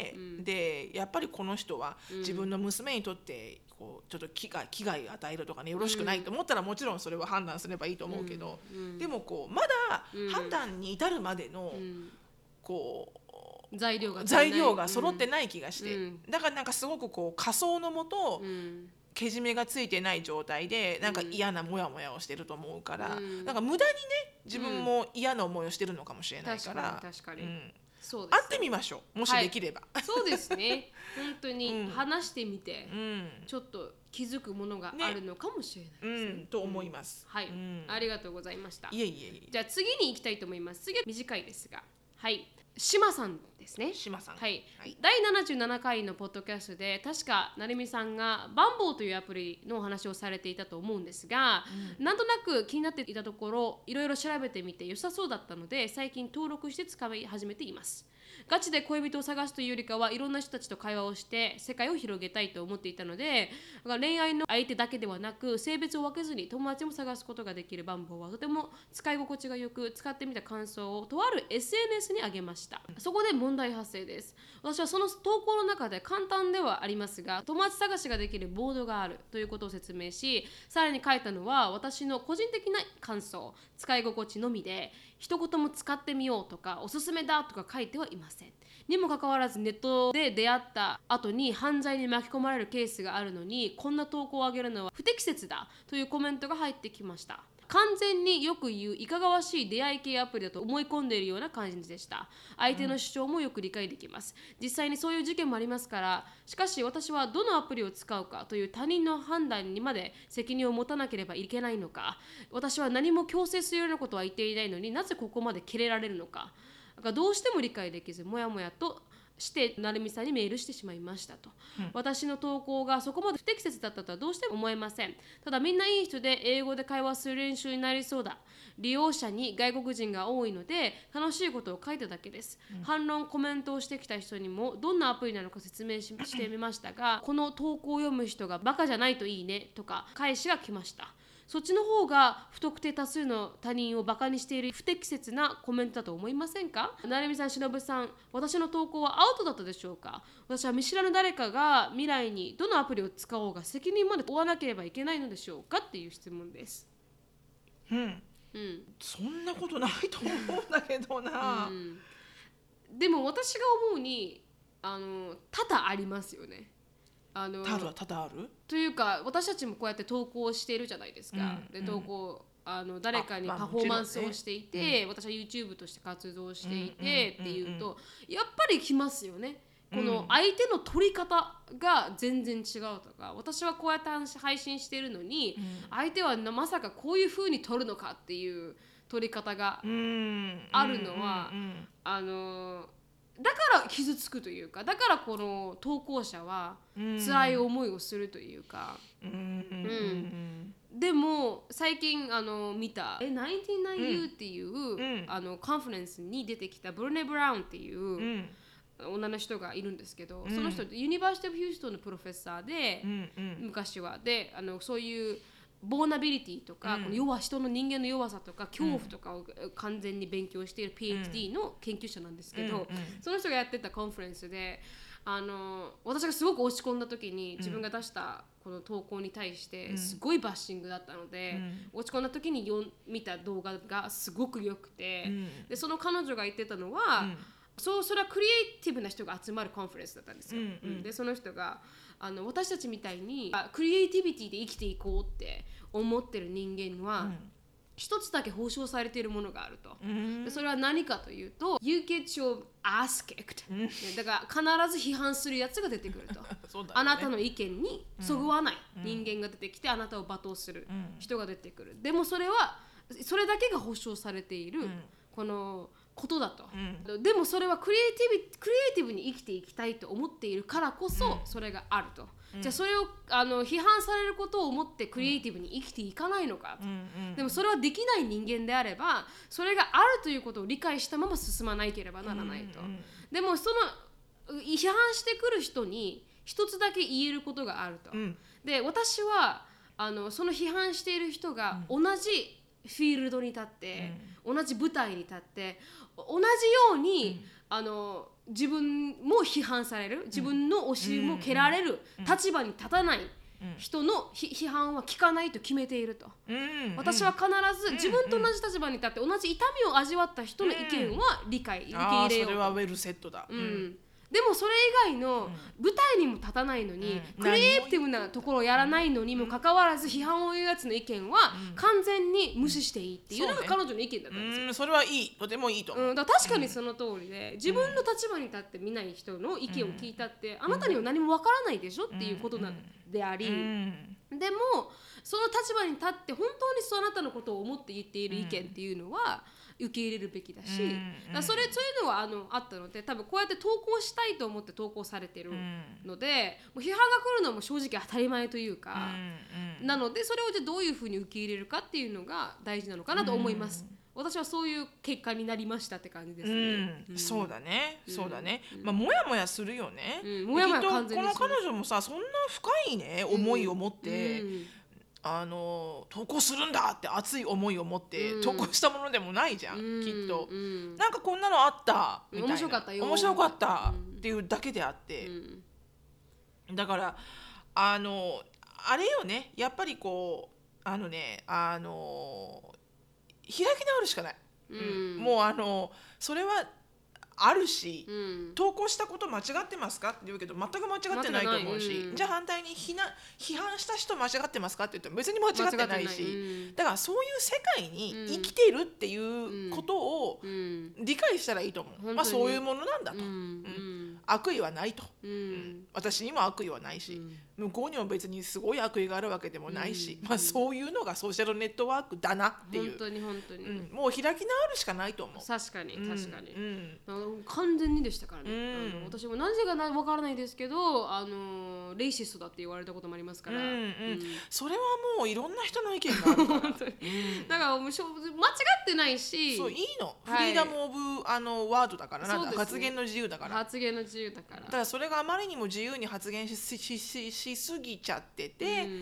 ねうん、でやっぱりこの人は自分の娘にとってこうちょっと危害、危害を与えるとかねよろしくないと思ったらもちろんそれは判断すればいいと思うけど、うん、でもこうまだ判断に至るまでのこう材料が材料が揃ってない気がして、うん、だからなんかすごくこう仮想のもと、うんけじめがついてない状態でなんか嫌なモヤモヤをしてると思うから、うん、なんか無駄にね自分も嫌な思いをしてるのかもしれないから、 確かに確かに、うん、 そうです、会ってみましょうもしできれば、 はい、そうですね本当に話してみて、うん、ちょっと気づくものがあるのかもしれないですね、 ねうん、と思います、 はい、うん、ありがとうございました。 いえいえいえ。 じゃあ次に行きたいと思います。次は短いですが、はいシマさんですね。 シマさん、 はいはい、だいななじゅうななかいのポッドキャストで確かなるみさんがバンボーというアプリのお話をされていたと思うんですが、うん、なんとなく気になっていたところいろいろ調べてみて良さそうだったので最近登録して使い始めています。ガチで恋人を探すというよりかはいろんな人たちと会話をして世界を広げたいと思っていたので、恋愛の相手だけではなく性別を分けずに友達も探すことができるバンボーはとても使い心地がよく、使ってみた感想をとある エスエヌエス に上げました。そこで問題発生です。私はその投稿の中で簡単ではありますが友達探しができるボードがあるということを説明し、さらに書いたのは私の個人的な感想、使い心地のみで一言も使ってみようとかおすすめだとか書いてはいません。にもかかわらずネットで出会った後に犯罪に巻き込まれるケースがあるのにこんな投稿を上げるのは不適切だというコメントが入ってきました。完全によく言ういかがわしい出会い系アプリだと思い込んでいるような感じでした。相手の主張もよく理解できます、うん、実際にそういう事件もありますから。しかし私はどのアプリを使うかという他人の判断にまで責任を持たなければいけないのか。私は何も強制するようなことは言っていないのになぜここまでキレられるのかがどうしても理解できず、もやもやとしてなるみさんにメールしてしまいましたと、うん、私の投稿がそこまで不適切だったとはどうしても思えません。ただみんないい人で英語で会話する練習になりそうだ。利用者に外国人が多いので楽しいことを書いただけです、うん、反論コメントをしてきた人にもどんなアプリなのか説明ししてみましたがこの投稿を読む人がバカじゃないといいねとか返しが来ました。 そっちの方が不特定多数の他人をバカにしている不適切なコメントだと思いませんか？なるみさん、しのぶさん、私の投稿はアウトだったでしょうか？私は見知らぬ誰かが未来にどのアプリを使おうが責任まで負わなければいけないのでしょうかっていう質問です。 うん、うん、そんなことないと思うんだけどな、うん、 でも私が思うにあの多々ありますよね。あのただただあるというか、私たちもこうやって投稿しているじゃないですか、うん、で投稿あの誰かにパフォーマンスをしていて、まあね、うん、私は YouTube として活動していてっていうと、やっぱり来ますよね。この相手の取り方が全然違うとか、私はこうやって配信しているのに、うん、相手はまさかこういう風に取るのかっていう取り方があるのは、あのだから傷つくというか、だからこの投稿者は辛い思いをするというか、うんうんうん、でも最近あの見たえ ナインティナインユー っていう、うん、あのカンファレンスに出てきたブルネ・ブラウンっていう、うん、女の人がいるんですけど、うん、その人ユニバーシティ・オブ・ヒューストンのプロフェッサーで、うんうん、昔はであのそういうボーナビリティとか、うん、この弱人の人間の弱さとか恐怖とかを完全に勉強している ピーエイチディー の研究者なんですけど、うんうん、その人がやってたコンファレンスであの私がすごく落ち込んだ時に自分が出したこの投稿に対してすごいバッシングだったので、うん、落ち込んだ時によ見た動画がすごく良くて、うん、でその彼女が言ってたのは、うん、そうそれはクリエイティブな人が集まるコンファレンスだったんですよ、うんうん、でその人があの私たちみたいにクリエイティビティで生きていこうって思ってる人間は、うん、一つだけ保証されているものがあると、うん、でそれは何かというと You get your ass kicked、うん、だから必ず批判するやつが出てくるとそうだね、あなたの意見にそぐわない人間が出てきて、あなたを罵倒する人が出てくる、でもそれはそれだけが保証されている、このことだと、うん、でもそれはクリエイティブ、クリエイティブに生きていきたいと思っているからこそそれがあると、うん、じゃあそれをあの批判されることを思ってクリエイティブに生きていかないのかと、うん、でもそれはできない人間であればそれがあるということを理解したまま進まなければならないと、うん、でもその批判してくる人に一つだけ言えることがあると、うん、で私はあのその批判している人が同じフィールドに立って、うん、同じ舞台に立って同じように、うん、あの自分も批判される、自分のお尻も蹴られる、うん、立場に立たない人の批判は聞かないと決めていると、うん、私は必ず自分と同じ立場に立って同じ痛みを味わった人の意見は理解、うん、受け入れようと。 それはウェルセットだ、 うんうん、でもそれ以外の舞台にも立たないのに、うん、クリエイティブなところをやらないのにもかかわらず批判を言うやつの意見は完全に無視していいっていうのが彼女の意見だったんですよ、 うん、それはいい、とてもいいと思う、 うん、だから確かにその通りで、自分の立場に立って見ない人の意見を聞いたって、うん、あなたには何もわからないでしょっていうことなんであり、うんうん、でもその立場に立って本当にそうあなたのことを思って言っている意見っていうのは、うん、受け入れるべきだし、うんうん、だそれそういうのはあのあったので、多分こうやって投稿したいと思って投稿されてるので、うん、もう批判が来るのも正直当たり前というか、うんうん、なのでそれをじゃあどういうふうに受け入れるかっていうのが大事なのかなと思います、うん、私はそういう結果になりましたって感じですね、 うんうん、そうだね、そうだね、うん、まあもやもやするよね、 うん、もやもや完全にきっとこの彼女もさ、そんな深いね思いを持って、うんうん、あの投稿するんだって熱い思いを持って投稿したものでもないじゃん、うん、きっと、うん、なんかこんなのあったみたいな、面白かったよ面白かったっていうだけであって、うん、だからあのあれよね、やっぱりこうあのねあの開き直るしかない、うん、もうあのそれはあるし、うん、投稿したこと間違ってますかって言うけど全く間違ってないと思うし、うん、じゃあ反対に批判した人間違ってますかって言っても別に間違ってないし、うん、だからそういう世界に生きてるっていうことを理解したらいいと思う、うん、まあそういうものなんだと、うんうん、悪意はないと、うん、私にも悪意はないし、うん、向こうにも別にすごい悪意があるわけでもないし、うんまあ、そういうのがソーシャルネットワークだなっていう、 本当に本当に、うん、 もう開き直るしかないと思う。 確かに確かに、うんうん完全にでしたからね、うん、あの私もなぜかな分からないですけどあのレイシストだって言われたこともありますから、うんうんうん、 それはもういろんな人の意見があるからうん、 だから間違ってないし、 そういいの、はい、フリーダムオブあのワードだからなんだ、ね、発言の自由だから発言の自由だからだからそれがあまりにも自由に発言し、し、し、しすぎちゃってて、うん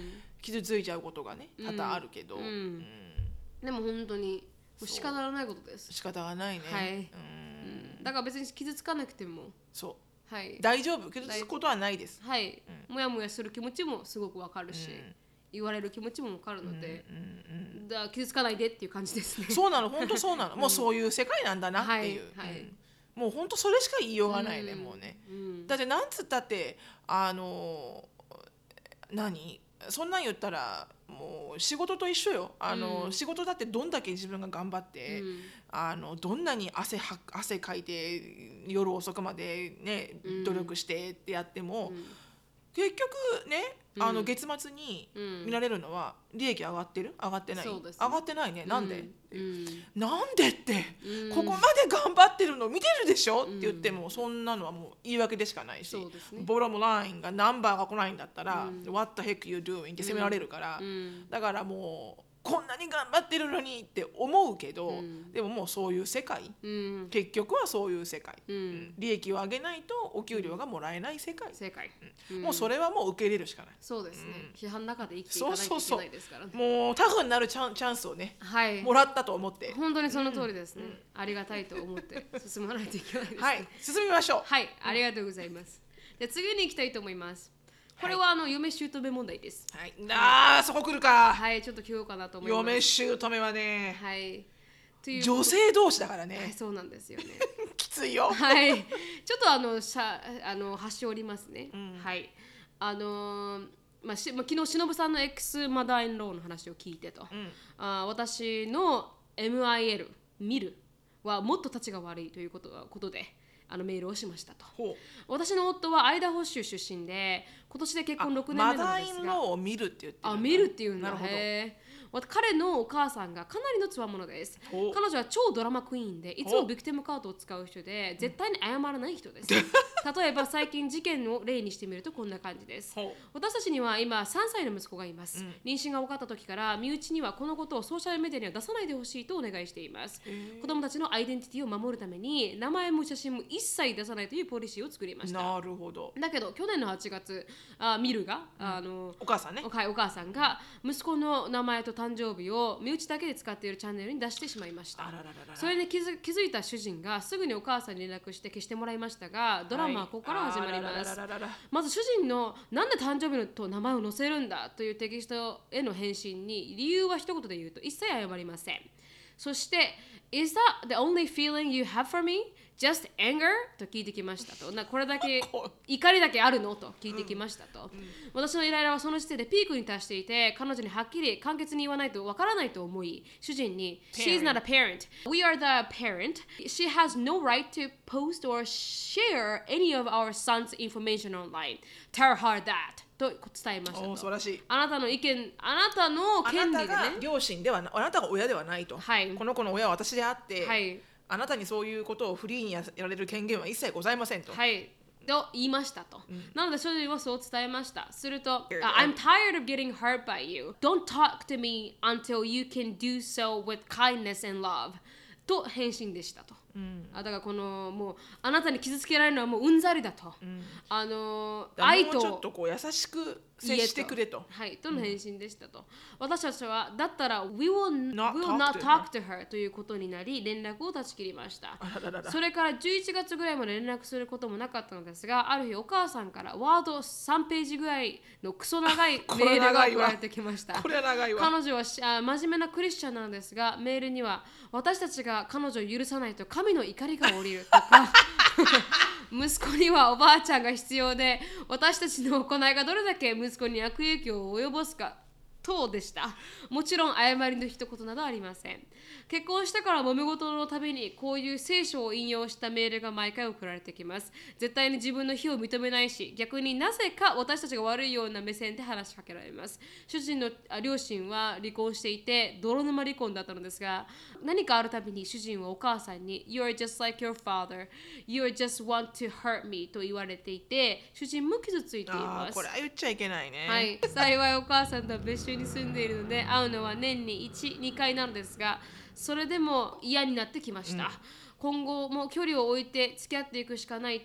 傷ついちゃうことがね多々あるけど、 うんうんうんでも本当にもう仕方がないことです。 仕方がないね、 はい、 うんうん、だから別に傷つかなくてもそうはい、 大丈夫、傷つくことはないです。 はい、うん、もやもやする気持ちもすごくわかるし、うん、言われる気持ちもわかるので、うんうんうん、だから傷つかないでっていう感じですね。 そうなの、本当そうなの、もうそういう世界なんだなっていう、 はいはい、 うん、もう本当それしか言いようがないね、うん、もうね、 うん、 だってなんつったってあの何そんなん言ったらもう仕事と一緒よ。あの、うん、仕事だってどんだけ自分が頑張って、うん、あのどんなに汗は汗かいて夜遅くまでね、うん、努力してってやっても、うん、結局ね、あの月末に見られるのは利益上がってる上がってない、 そうですね、 上がってないね、なんで、 うん、 なんでって、うん、ここまで頑張ってるの見てるでしょ、うん、って言ってもそんなのはもう言い訳でしかないし、そうですね、ボロムラインがナンバーが来ないんだったら、うん、What the heck you doing って責められるから、うん、だからもうこんなに頑張ってるのにって思うけど、うん、でももうそういう世界、うん、結局はそういう世界、うん、利益を上げないとお給料がもらえない世界、 世界、 うん、もうそれはもう受け入れるしかない。 そうですね、うん、批判の中で生きていかないといけないですからね。 そうそうそう、もうタフになるチャン、チャンスをね、 はい、 もらったと思って本当にその通りですね、うん、ありがたいと思って進まないといけないですね。 はい、進みましょう。 はい、ありがとうございます。で次に行きたいと思います。これはあの嫁姑問題です。 はい。ああ、そこ来るか。 はい、ちょっと聞こうかなと思います。 嫁姑はね。 はい。という女性同士だからね。 はい、そうなんですよね。 きついよ。 はい。ちょっとあのしゃあの端折りますね。うん、はい。あのー、まあしまあ昨日しのぶさんのエクスマダーインローの話を聞いてと、うん、あ私の エムアイエル 見るはもっと立ちが悪いということことで。あのメールをしましたと。私の夫はアイダホ州出身で今年で結婚ろくねんめなんですが、 マダーインローを見るって言ってるんだ。 あ、見るっていうんだ。へー。彼のお母さんがかなりのつわものです。彼女は超ドラマクイーンでいつもビクティムカードを使う人で絶対に謝らない人です。例えば最近事件を例にしてみるとこんな感じです。私たちには今さんさいの息子がいます、うん、妊娠が分かった時から身内にはこのことをソーシャルメディアには出さないでほしいとお願いしています。子供たちのアイデンティティを守るために名前も写真も一切出さないというポリシーを作りました。 なるほど。 だけど去年のはちがつあミルが、うん、あのお母さんね、 お母さんが息子の名前と誕生日を身内だけで使っているチャンネルに出してしまいました。 あらららら。 それで気づ、気づいた主人がすぐにお母さんに連絡して消してもらいましたが、ドラマはここから始まります。まず主人のなんで誕生日と名前を載せるんだというテキストへの返信に理由は一言で言うと一切謝りません。そして Is that the only feeling you have for me? Just anger? と聞いてきましたと。なこれだけ怒りだけあるのと聞いてきましたと、うんうん、私のイライラはその時点でピークに達していて、彼女にはっきり簡潔に言わないとわからないと思い、主人に She's not a parent. We are the parent. She has no right to post or share any of our son's information online. Tell her that. と伝えましたと。 お、素晴らしい。 あなたの意見、あなたの権利でね。 あなたが両親ではな、あなたが親ではないと。はい、この子の親は私であって。はい、あなたにそういうことをフリーにやられる権限は一切ございませんと。 はい。と言いましたと。うん、なので主人はそう伝えました。すると、I'm tired of getting hurt by you. Don't talk to me until you can do so with kindness and love. と返信でしたと。うん、あだからこのもうあなたに傷つけられるのはもううんざりだと、うん、あの愛ともうちょっとこう優しく接してくれと、 はいとの返信でしたと、うん、私たちはだったら we will not, we will not talk to her ということになり連絡を断ち切りました。 あららら。 それからじゅういちがつぐらいまで連絡することもなかったのですが、ある日お母さんからワードさんページぐらいのクソ長いメールが送られてきました。 これは長いわ。 彼女はあ真面目なクリスチャンなのですが、メールには私たちが彼女を許さないと神の怒りが降りるとか息子にはおばあちゃんが必要で私たちの行いがどれだけ息子に悪影響を及ぼすか等でした。もちろん謝りの一言などありません。結婚してから揉め事のたびにこういう聖書を引用したメールが毎回送られてきます。絶対に自分の非を認めないし、逆になぜか私たちが悪いような目線で話しかけられます。主人の両親は離婚していて泥沼離婚だったのですが、何かあるたびに主人はお母さんに You're just like your father. You just want to hurt me と言われていて、主人も傷ついています。 あ、これは言っちゃいけないね。 はい、幸いお母さんとは別所に住んでいるので会うのは年にいち、にかいなのですが、それでも嫌になってきました、うん、今後も距離を置いて付き合っていくしかないと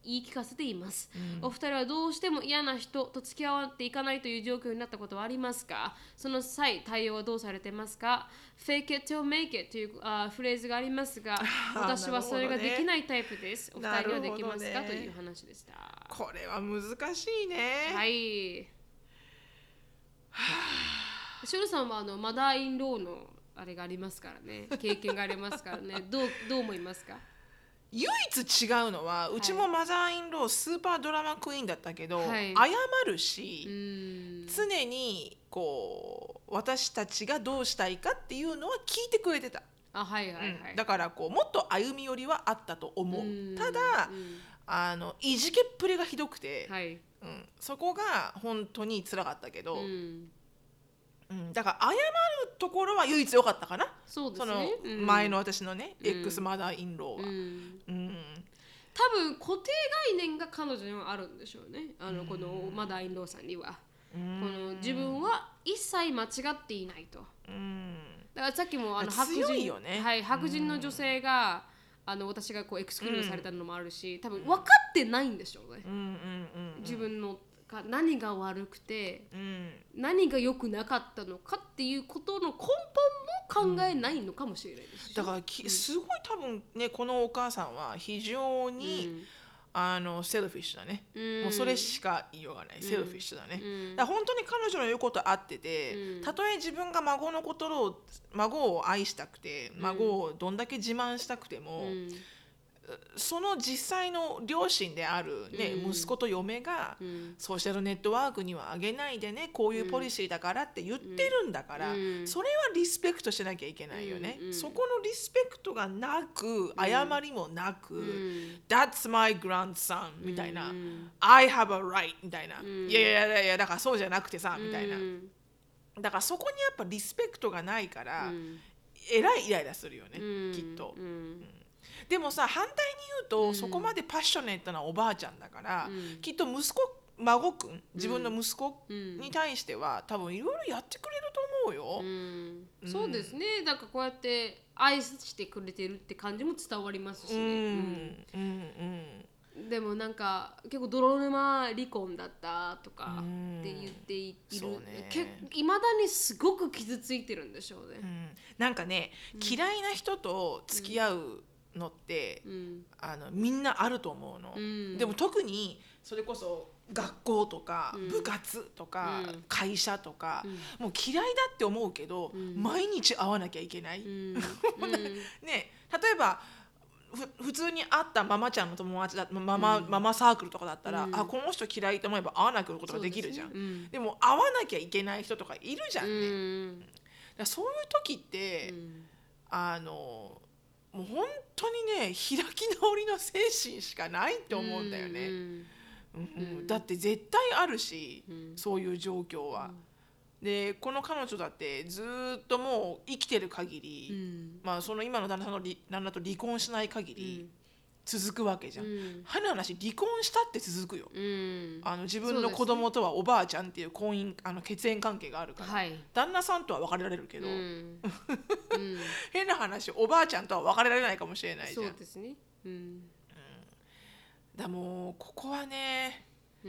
言い聞かせています、うん、お二人はどうしても嫌な人と付き合っていかないという状況になったことはありますか？その際対応はどうされてますか？ Fake it till make it というあフレーズがありますが私はそれができないタイプです、ね、お二人はできますか、ね、という話でした。 これは難しいね。 はい。しおりさんはあのマダーインローのあれがありますからね、経験がありますからねどう、どう思いますか？ 唯一違うのは、うちもマザーインロースーパードラマクイーンだったけど、はい、謝るし、常にこう私たちがどうしたいかっていうのは聞いてくれてた。 あ、はいはいはい、 うん、だからこうもっと歩み寄りはあったと思う。うただ、あのいじけっぷりがひどくて、はい、うん、そこが本当に辛かったけど、うんうん、だから謝るところは唯一良かったかな。 そうですね、 その前の私のね、うん、X マダーインローは、うんうん、 多分固定概念が彼女にはあるんでしょうね、あのこのマダーインローさんには、うん、この自分は一切間違っていないと、うん、だからさっきもあの白人、 強いよね、 はい、白人の女性が、うん、あの私がこうエクスクルードされたのもあるし、多分分かってないんでしょうね、うんうんうんうん、自分の何が悪くて、うん、何が良くなかったのかっていうことの根本も考えないのかもしれないですし、 うん、だからき、うん、すごい多分ねこのお母さんは非常に、うん、あのセルフィッシュだね、うん、もうそれしか言いようがない、うん、セルフィッシュだね、うん、だから本当に彼女の言うことあってて、うん、たとえ自分が孫のことを孫を愛したくて孫をどんだけ自慢したくても、うん、その実際の両親である、ね、うん、息子と嫁が、うん、ソーシャルネットワークにはあげないでね、こういうポリシーだからって言ってるんだから、うん、それはリスペクトしなきゃいけないよね、うん、そこのリスペクトがなく、謝りもなく、うん、That's my grandson みたいな、うん、I have a right みたいな、うん、いやいやいやいやだからそうじゃなくてさ、みたいな、だからそこにやっぱリスペクトがないから、うん、えらいイライラするよね、うん、きっと、うんうん、でもさ反対に言うと、うん、そこまでパッショネットなおばあちゃんだから、うん、きっと息子孫くん自分の息子に対しては、うん、多分いろいろやってくれると思うよ、 うんうん、そうですね。だからこうやって愛してくれてるって感じも伝わりますしね、うんうんうん、でもなんか結構泥沼離婚だったとかって言っている、うんね、いまだにすごく傷ついてるんでしょうね、うん、 なんかね、うん、嫌いな人と付き合うのって、うん、あのみんなあると思うの、うん、でも特にそれこそ学校とか部活とか会社とか、うん、もう嫌いだって思うけど、うん、毎日会わなきゃいけない、うん、ね、例えばふ普通に会ったママちゃんの友達だママ、うん、ママサークルとかだったら、うん、あこの人嫌いと思えば会わなくなることができるじゃん、 で,、ねうん、でも会わなきゃいけない人とかいるじゃんね、うん、だからそういう時って、うん、あのもう本当にね開き直りの精神しかないって思うんだよね、うんうんうん、だって絶対あるし、うん、そういう状況は、うん、でこの彼女だってずっともう生きてる限り、うん、まあその今の旦那さんの旦那と離婚しない限り続くわけじゃん、うん、はな話離婚したって続くよ、うん、あの自分の子供とはおばあちゃんっていう婚姻あの血縁関係があるから、はい、旦那さんとは別れられるけど、うんうん、変な話おばあちゃんとは別れられないかもしれないじゃん。 そうですね、うんだもうここはね、うん、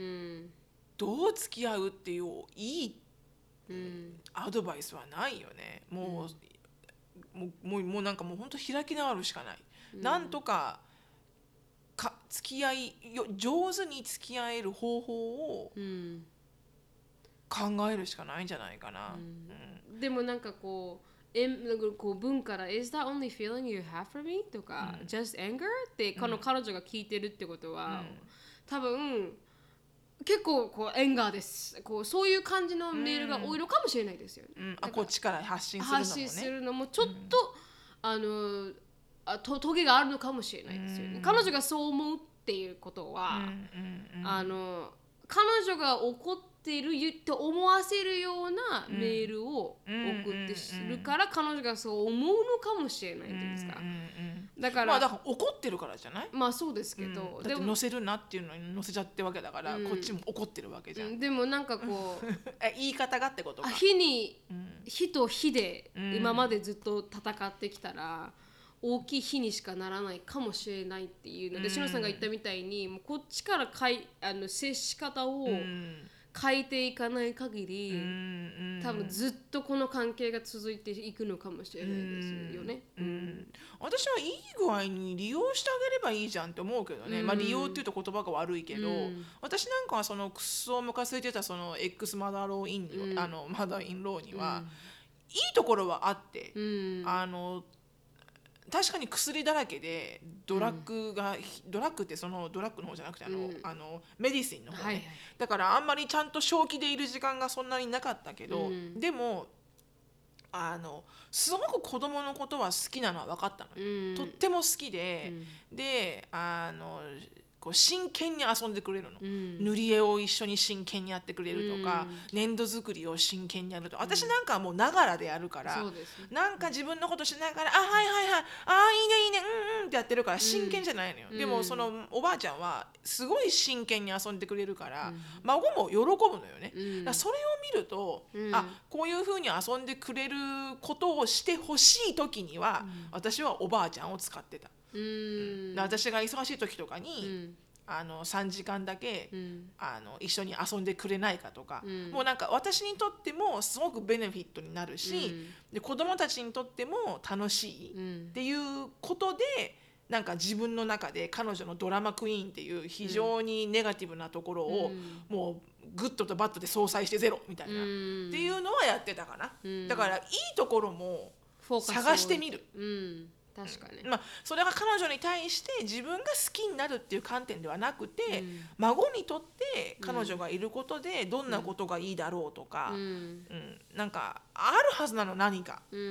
どう付き合うっていういい、うん、アドバイスはないよね。もう、うん、もう、もう、もうなんかもう本当開き直るしかない、うん、なんとかか付き合い上手に付き合える方法を考えるしかないんじゃないかな、 うんうん、でもなんかこうえこう文から Is that only feeling you have for me? とか、うん、Just anger? ってこの彼女が聞いてるってことは、うん、多分結構こうエンガーですこうそういう感じのメールが多いのかもしれないですよね、 うんうん、あこっちから発信するのもね発信するのもちょっと、うん、あのあとトゲがあるのかもしれないですよね、うん、彼女がそう思うっていうことは、うんうんうん、あの彼女が怒ってているって思わせるようなメールを送ってするから、うん、彼女がそう思うのかもしれないですか、うんうんうん、 だからまあだから怒ってるからじゃないまあそうですけど、 うん、だって載せるなっていうのに載せちゃってるわけだから、うん、こっちも怒ってるわけじゃん、うん、 でもなんかこう言い方がってことか火に、うん、火と火で今までずっと戦ってきたら、 大きい日にしかならないかもしれないっていうので、しのさんが言ったみたいにもうこっちからかいあの接し方を変えていかない限り、うん、多分ずっとこの関係が続いていくのかもしれないですよね。 うんうん、私はいい具合に利用してあげればいいじゃんって思うけどね、うん、まあ利用っていうと言葉が悪いけど、うん、私なんかはそのクソムカついてたその X マダーローインには、うん、あのマダーインローには、うん、いいところはあって、うん、あの確かに薬だらけでドラッグが、うん、ドラッグってそのドラッグの方じゃなくてあの、うん、あのメディシンの方ね、はいはい、だからあんまりちゃんと正気でいる時間がそんなになかったけど、うん、でもあのすごく子供のことは好きなのは分かったの、うん、とっても好きで、うん、であのこう真剣に遊んでくれるの、うん、塗り絵を一緒に真剣にやってくれるとか、うん、粘土作りを真剣にやるとか、私なんかはもうながらでやるから、うん、なんか自分のことしながら、うん、あはいはいはい、あいいねいいねうんうんってやってるから真剣じゃないのよ、うん、でもそのおばあちゃんはすごい真剣に遊んでくれるから、うん、孫も喜ぶのよね、うん、だからそれを見ると、うん、あこういう風に遊んでくれることをしてほしい時には、うん、私はおばあちゃんを使ってた。うん、私が忙しい時とかに、うん、あのさんじかんだけ、うん、あの一緒に遊んでくれないかとか、うん、もうなんか私にとってもすごくベネフィットになるし、うん、で子供たちにとっても楽しいっていうことで、なんか自分の中で彼女のドラマクイーンっていう非常にネガティブなところを、うん、もうグッドとバットで相殺してゼロみたいな、うん、っていうのはやってたかな、うん、だからいいところも探してみる。 確かに、 まあ、それが彼女に対して自分が好きになるっていう観点ではなくて、うん、孫にとって彼女がいることでどんなことがいいだろうとか、うんうん、なんかあるはずなの何か、うんうん、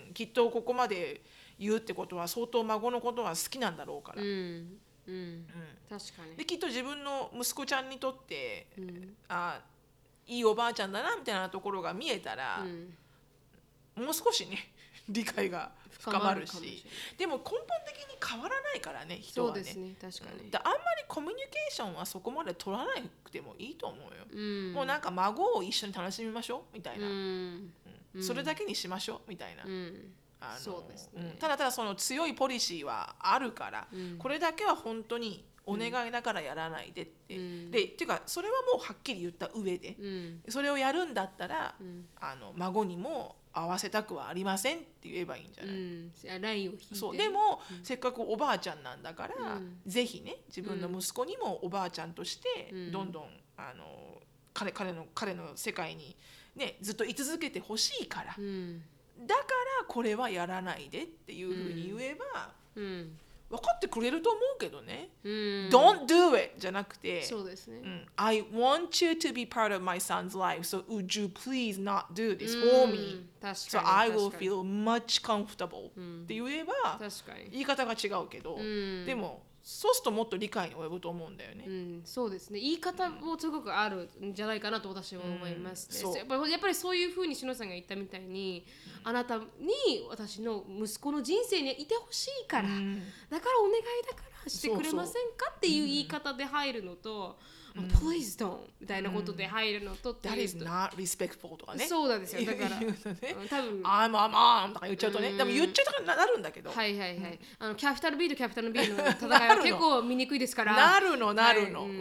きっとここまで言うってことは相当孫のことは好きなんだろうから、うんうんうん、 確かに。 できっと自分の息子ちゃんにとって、うん、あいいおばあちゃんだなみたいなところが見えたら、うん、もう少しね理解が深まるし、でも根本的に変わらないからね、人はね。そうですね、確かに。だあんまりコミュニケーションはそこまで取らなくてもいいと思うよ、うん、もうなんか孫を一緒に楽しみましょうみたいな、うんうん、それだけにしましょうみたいな、うん、あのそうですね、うん、ただただその強いポリシーはあるから、うん、これだけは本当にお願いだからやらないでって、うん、でっていうかそれはもうはっきり言った上で、うん、それをやるんだったら、うん、あの孫にも合わせたくはありませんって言えばいいんじゃない、 うん、ラインを引いて。 そうでも、うん、せっかくおばあちゃんなんだから、うん、ぜひね自分の息子にもおばあちゃんとしてどんどん、うん、あの 彼, 彼, の彼の世界に、ね、ずっと居続けてほしいから、うん、だからこれはやらないでっていうふうに言えば、うんうん分かってくれると思うけどね、うん、Don't do it じゃなくて、 そうですね、うん、 I want you to be part of my son's life, so would you please not do this for me、うん、so I will feel much comfortable、うん、って言えば確かに言い方が違うけど、うん、でもそうするともっと理解に及ぶと思うんだよね、 うん、そうですね、言い方もすごくあるんじゃないかなと私は思います、ね、うん、やっぱり、やっぱりそういうふうにしのさんが言ったみたいに、うん、あなたに私の息子の人生にいてほしいから、うん、だからお願いだからしてくれませんかっていう言い方で入るのと、うん、Please don't みたいなことで入るのと、うん、 That is not respectful とかね、 そうなんですよ、だから言うとね、多分 I'm a mom とか言っちゃうとね、うん、でも言っちゃうとなるんだけど、 はいはいはい、うん、あのキャピタル B とキャピタル B の戦いは結構見にくいですからなるのなるの、はい、うん、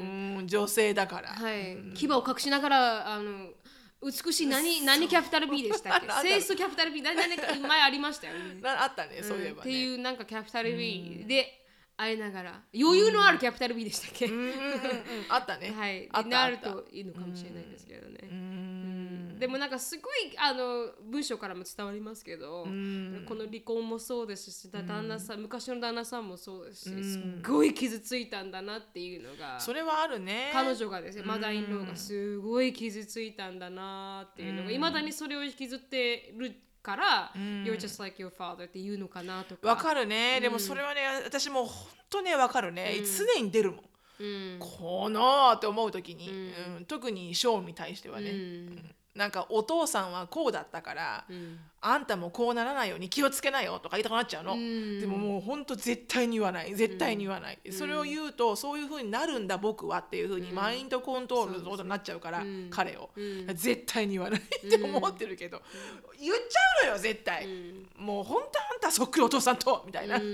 女性だから、 はい、うん、牙を隠しながらあの美しい何何キャピタル B でしたっけセイストキャピタル B 何何か前ありましたよねあったね、そういえばね、うん、 っていうなんかキャピタル B で会いながら余裕のあるキャピタル B でしたっけ、うんうんうんうん、 あったね、 はい、あったなるといいのかもしれないですけどね、うんうん、でもなんかすごいあの文章からも伝わりますけど、うん、この離婚もそうですし、旦那さん、昔の旦那さんもそうですし、うん、すっごい傷ついたんだなっていうのが、 それはあるね、 彼女がですね、マダインローがすごい傷ついたんだなっていうのが、いまだにそれを引きずってるから、うん、You're just like your father って言うのかなとか。 わかるね、うん、でもそれはね、私も本当ねわかるね、うん、常に出るもん、うん、このって思う時に、うんうん、特にショーンに対してはね、うん、なんかお父さんはこうだったから、うん、あんたもこうならないように気をつけなよとか言いたくなっちゃうの、うん、でももう本当絶対に言わない絶対に言わない、うん、それを言うとそういう風になるんだ僕はっていう風にマインドコントロールのことになっちゃうから、うん、彼を、うん、絶対に言わないって思ってるけど、うん、言っちゃうのよ絶対、うん、もう本当あんったそっくりお父さんとみたいな、うん、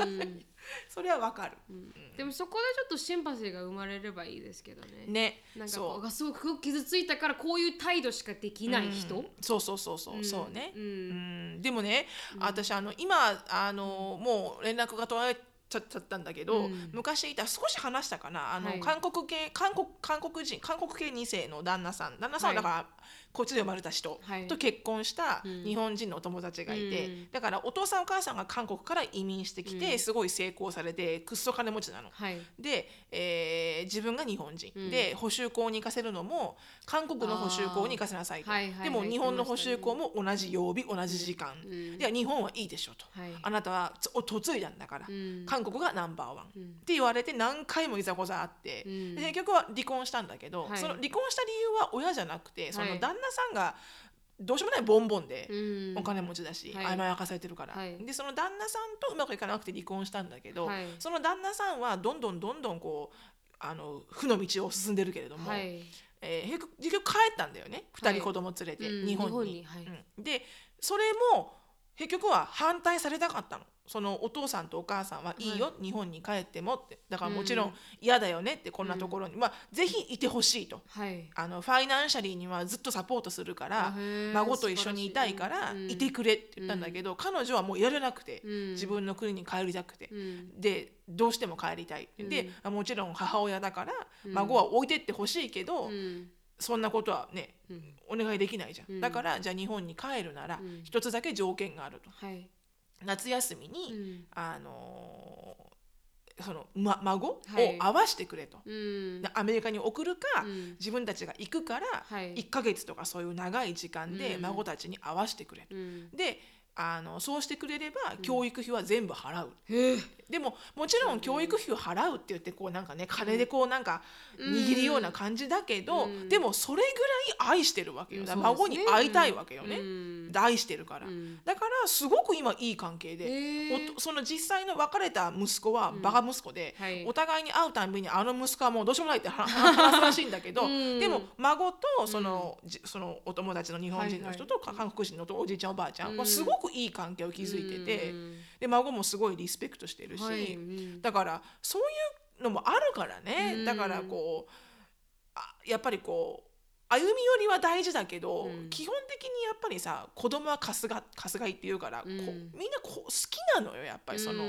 それはわかる、 うん、でもそこでちょっとシンパシーが生まれればいいですけどね。 ね、 なんかこうすごく傷ついたからこういう態度しかできない人、うん、 そうそうそうそう、うん、そうね、 うんうん、 でもね、うん、私あの今あのもう連絡が取られちゃったんだけど、うん、昔いた少し話したかなあの、はい、韓国系韓国韓国人韓国系に世の旦那さん旦那さんはだから、はい、こっちで生まれた人と結婚した日本人のお友達がいて、うん、だからお父さんお母さんが韓国から移民してきて、うん、すごい成功されてくっそ金持ちなの、はい、で、えー、自分が日本人、うん、で補習校に行かせるのも韓国の補習校に行かせなさいと、はいはいはい、でも日本の補習校も同じ曜日、うん、同じ時間、うん、いや日本はいいでしょと、はい、あなたは嫁いだんだから、うん、韓国がナンバーワン、うん、って言われて何回もいざこざあって、うん、結局は離婚したんだけど、はい、その離婚した理由は親じゃなくてその旦那さんがどうしようもないボンボンでお金持ちだし、はい、甘やかされてるから、はい、でその旦那さんとうまくいかなくて離婚したんだけど、はい、その旦那さんはどんどんどんどんこうあの負の道を進んでるけれども、はい、えー、結局帰ったんだよね、ふたり子供連れて、はい、日本に、日本に、はい、うん、でそれも結局は反対されたかったの。そのお父さんとお母さんはいいよ、はい、日本に帰ってもって、だからもちろん嫌だよねって、こんなところに、うん、まあぜひいてほしいと、はい、あのファイナンシャリーにはずっとサポートするから孫と一緒にいたいからいてくれって言ったんだけど、うん、彼女はもういられなくて、うん、自分の国に帰りたくて、うん、でどうしても帰りたい、うん、でもちろん母親だから孫は置いてってほしいけど、うん、そんなことはね、うん、お願いできないじゃん、うん、だからじゃあ日本に帰るなら一つだけ条件があると、はい、夏休みに、うん、あのー、その、ま、孫を会わしてくれと、はい、でアメリカに送るか、うん、自分たちが行くから、はい、いっかげつとかそういう長い時間で孫たちに会わしてくれと、うん、であのそうしてくれれば教育費は全部払う、うん、でももちろん教育費を払うって言ってこうなんかね金でこうなんか握るような感じだけど、うん、でもそれぐらい愛してるわけよ、だから孫に会いたいわけよね、うん、愛してるから、うん、だからすごく今いい関係で、おその実際の別れた息子はバカ息子で、うん、はい、お互いに会うたんびにあの息子はもうどうしようもないって話すらしいんだけど、うん、でも孫とその、うん、そのお友達の日本人の人と韓国人のおじいちゃんおばあちゃんはすごくいい関係を築いてて、うん、で孫もすごいリスペクトしてるし、はい、うん、だからそういうのもあるからね、うん、だからこうあやっぱりこう歩み寄りは大事だけど、うん、基本的にやっぱりさ子供は春日春日井っていうから、うん、こうみんなこう好きなのよやっぱりその、うん、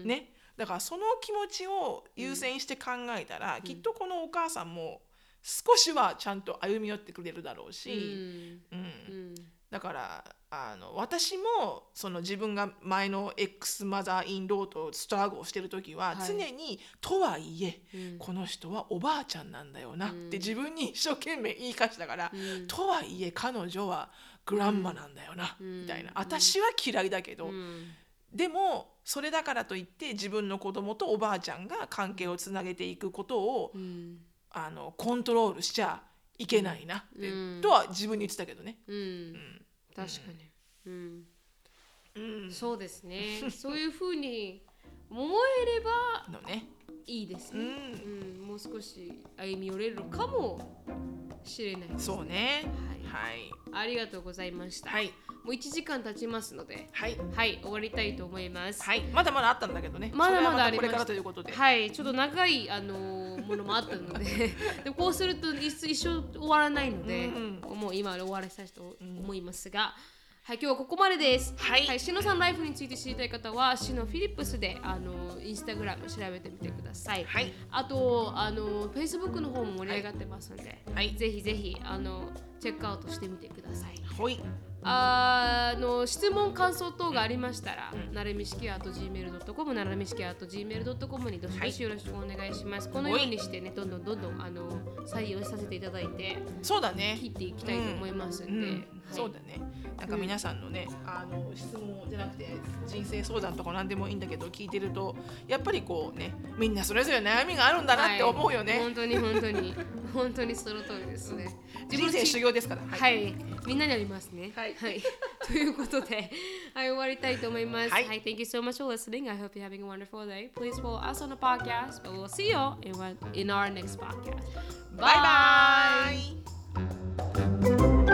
ね、だからその気持ちを優先して考えたら、うん、きっとこのお母さんも少しはちゃんと歩み寄ってくれるだろうし、うんうんうん、だからあの私もその自分が前のエックスマザーインローとストラグをしてる時は常に、はい、とはいえ、うん、この人はおばあちゃんなんだよなって自分に一生懸命言い返したから、うん、とはいえ彼女はグランマなんだよな、うん、みたいな、私は嫌いだけど、うん、でもそれだからといって自分の子供とおばあちゃんが関係をつなげていくことを、うん、あのコントロールしちゃいけないなって、うん、とは自分に言ってたけどね、うんうん、 確かに、うんうん、そうですねそういう風に思えればの、ね、いいですね、うんうん、もう少し歩み寄れるかもしれないですね。 そうね、 はい、はい、ありがとうございました、はい、もういちじかん経ちますので、はい、はい、終わりたいと思います、 はい、まだまだあったんだけどね、 まだまだありました、 これからということで、 はい、ちょっと長い、あのー、ものもあったのででもこうすると一生終わらないので、うんうん、もう今終わらせたいと思いますが、うん、はい、今日はここまでです。はい、はい、しのさんライフについて知りたい方はしのフィリップスであのインスタグラム調べてみてください。はい、あとあのフェイスブックの方も盛り上がってますので、はい、ぜひぜひあのチェックアウトしてみてください。はい。あの質問感想等がありましたら、うん、なるみしき アットジーメールドットコム なるみしき アットジーメールドットコム にどしどしよろしくお願いします。はい、このようにしてね、どんどんどんどんあの採用させていただいて、 そうだね、 切っていきたいと思いますんで、うんうん、はい、 そうだね。なんか皆さんのね、うん、あの質問じゃなくて人生相談とか何でもいいんだけど聞いてるとやっぱりこうね、みんなそれぞれ悩みがあるんだなって思うよね。はい、 本当に本当に本当にその通りですね。 人生修行ですから。 はい、はい、みんなにありますね。はい。はい、ということで、はい、終わりたいと思います。はい、はい、Thank you so much for listening. I hope you're having a wonderful day. Please follow us on the podcast. But we'll see you in, one, in our next podcast. Bye bye. Bye.